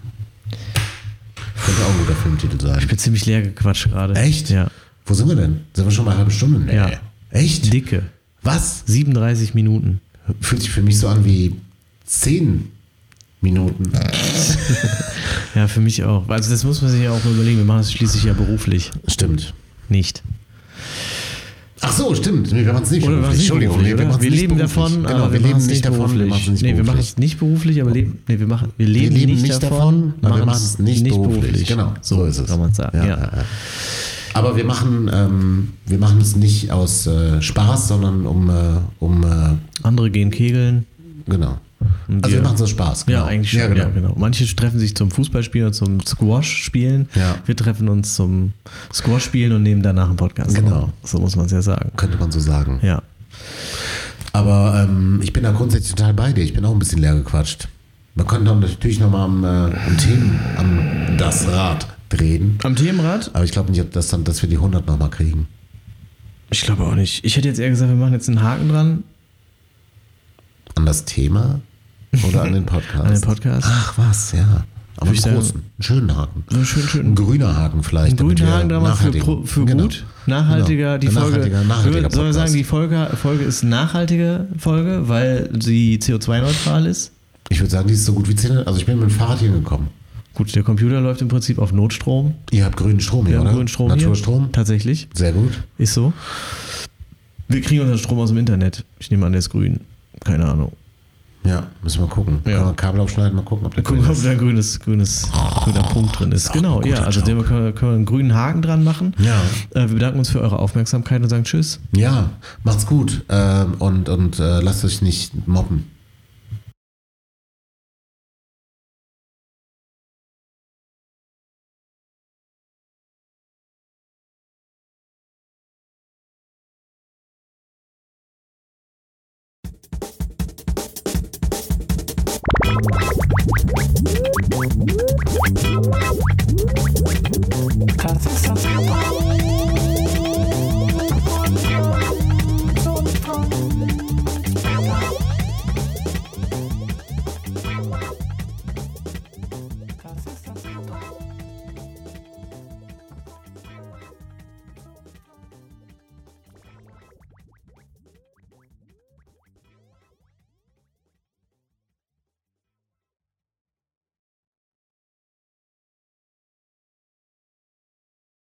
C: Könnte auch ein guter Filmtitel sein.
D: Ich bin ziemlich leer gequatscht gerade.
C: Echt?
D: Ja.
C: Wo sind wir denn? Sind wir schon mal eine halbe Stunde? Nee.
D: Ja.
C: Echt?
D: Dicke.
C: Was?
D: 37 Minuten.
C: Fühlt sich für mich so an wie 10 Minuten.
D: Ja, für mich auch. Also das muss man sich ja auch mal überlegen. Wir machen das schließlich ja beruflich.
C: Stimmt.
D: Nicht.
C: Ach so, stimmt. Nee, wir machen es nicht
D: Oder wir
C: beruflich.
D: machen es nicht beruflich,
C: nee,
D: oder?
C: machen's
D: Wir
C: nicht
D: leben
C: beruflich.
D: davon,
C: Genau,
D: aber
C: wir
D: wir
C: leben
D: machen es
C: nicht
D: nicht
C: davon, wir
D: beruflich.
C: machen es nicht
D: Nee, wir machen
C: beruflich.
D: es nicht beruflich, aber leben nicht davon,
C: aber wir machen es nicht beruflich. Genau, so ist es.
D: Kann man sagen. Ja.
C: Aber wir machen es nicht aus Spaß, sondern um
D: Andere gehen kegeln.
C: genau.
D: Und
C: Also wir machen es aus Spaß. Genau.
D: Ja, eigentlich schon. Ja, genau. Manche treffen sich zum Fußballspielen und zum Squash-Spielen.
C: Ja.
D: Wir treffen uns zum Squash-Spielen und nehmen danach einen Podcast.
C: Genau.
D: auf. So muss man es ja sagen.
C: Könnte man so sagen.
D: Ja.
C: Aber ich bin da grundsätzlich total bei dir. Ich bin auch ein bisschen leer gequatscht. Man könnte dann natürlich nochmal am Themen, am das Rad drehen.
D: Am Themenrad?
C: Aber ich glaube nicht, dass wir die 100 nochmal kriegen.
D: Ich glaube auch nicht. Ich hätte jetzt eher gesagt, wir machen jetzt einen Haken dran.
C: An das Thema oder an den Podcast?
D: An den Podcast.
C: Ach was, ja. Aber einen
D: ich sagen,
C: großen, einen schönen Haken.
D: So schön.
C: Ein grüner Haken vielleicht.
D: Ein grüner
C: damit wir
D: Haken damals
C: nachhaltigen-
D: für
C: genau.
D: gut. Nachhaltiger,
C: Genau.
D: die Folge.
C: Nachhaltiger
D: Sollen wir sagen,
C: Podcast.
D: die Folge ist eine nachhaltige Folge, weil sie CO2-neutral ist?
C: Ich würde sagen, die ist so gut wie 10. Also ich bin mit dem Fahrrad hingekommen.
D: Gut, der Computer läuft im Prinzip auf Notstrom.
C: Ihr habt grünen Strom hier,
D: Wir haben
C: oder?
D: grünen Strom
C: Naturstrom.
D: hier. Tatsächlich.
C: Sehr gut.
D: Ist so. Wir kriegen unseren Strom aus dem Internet. Ich nehme an, der ist grün. Keine Ahnung.
C: Ja, müssen wir gucken.
D: Ja.
C: Kann man Kabel aufschneiden, mal gucken, ob der
D: Gucken,
C: grün
D: ob
C: ist.
D: da ein grüner Punkt drin ist.
C: Auch
D: Genau,
C: ein guter
D: ja. Also
C: Job.
D: können wir einen grünen Haken dran machen.
C: Ja.
D: Wir bedanken uns für eure Aufmerksamkeit und sagen Tschüss.
C: Ja, macht's gut und lasst euch nicht mobben.
F: Classic Sub.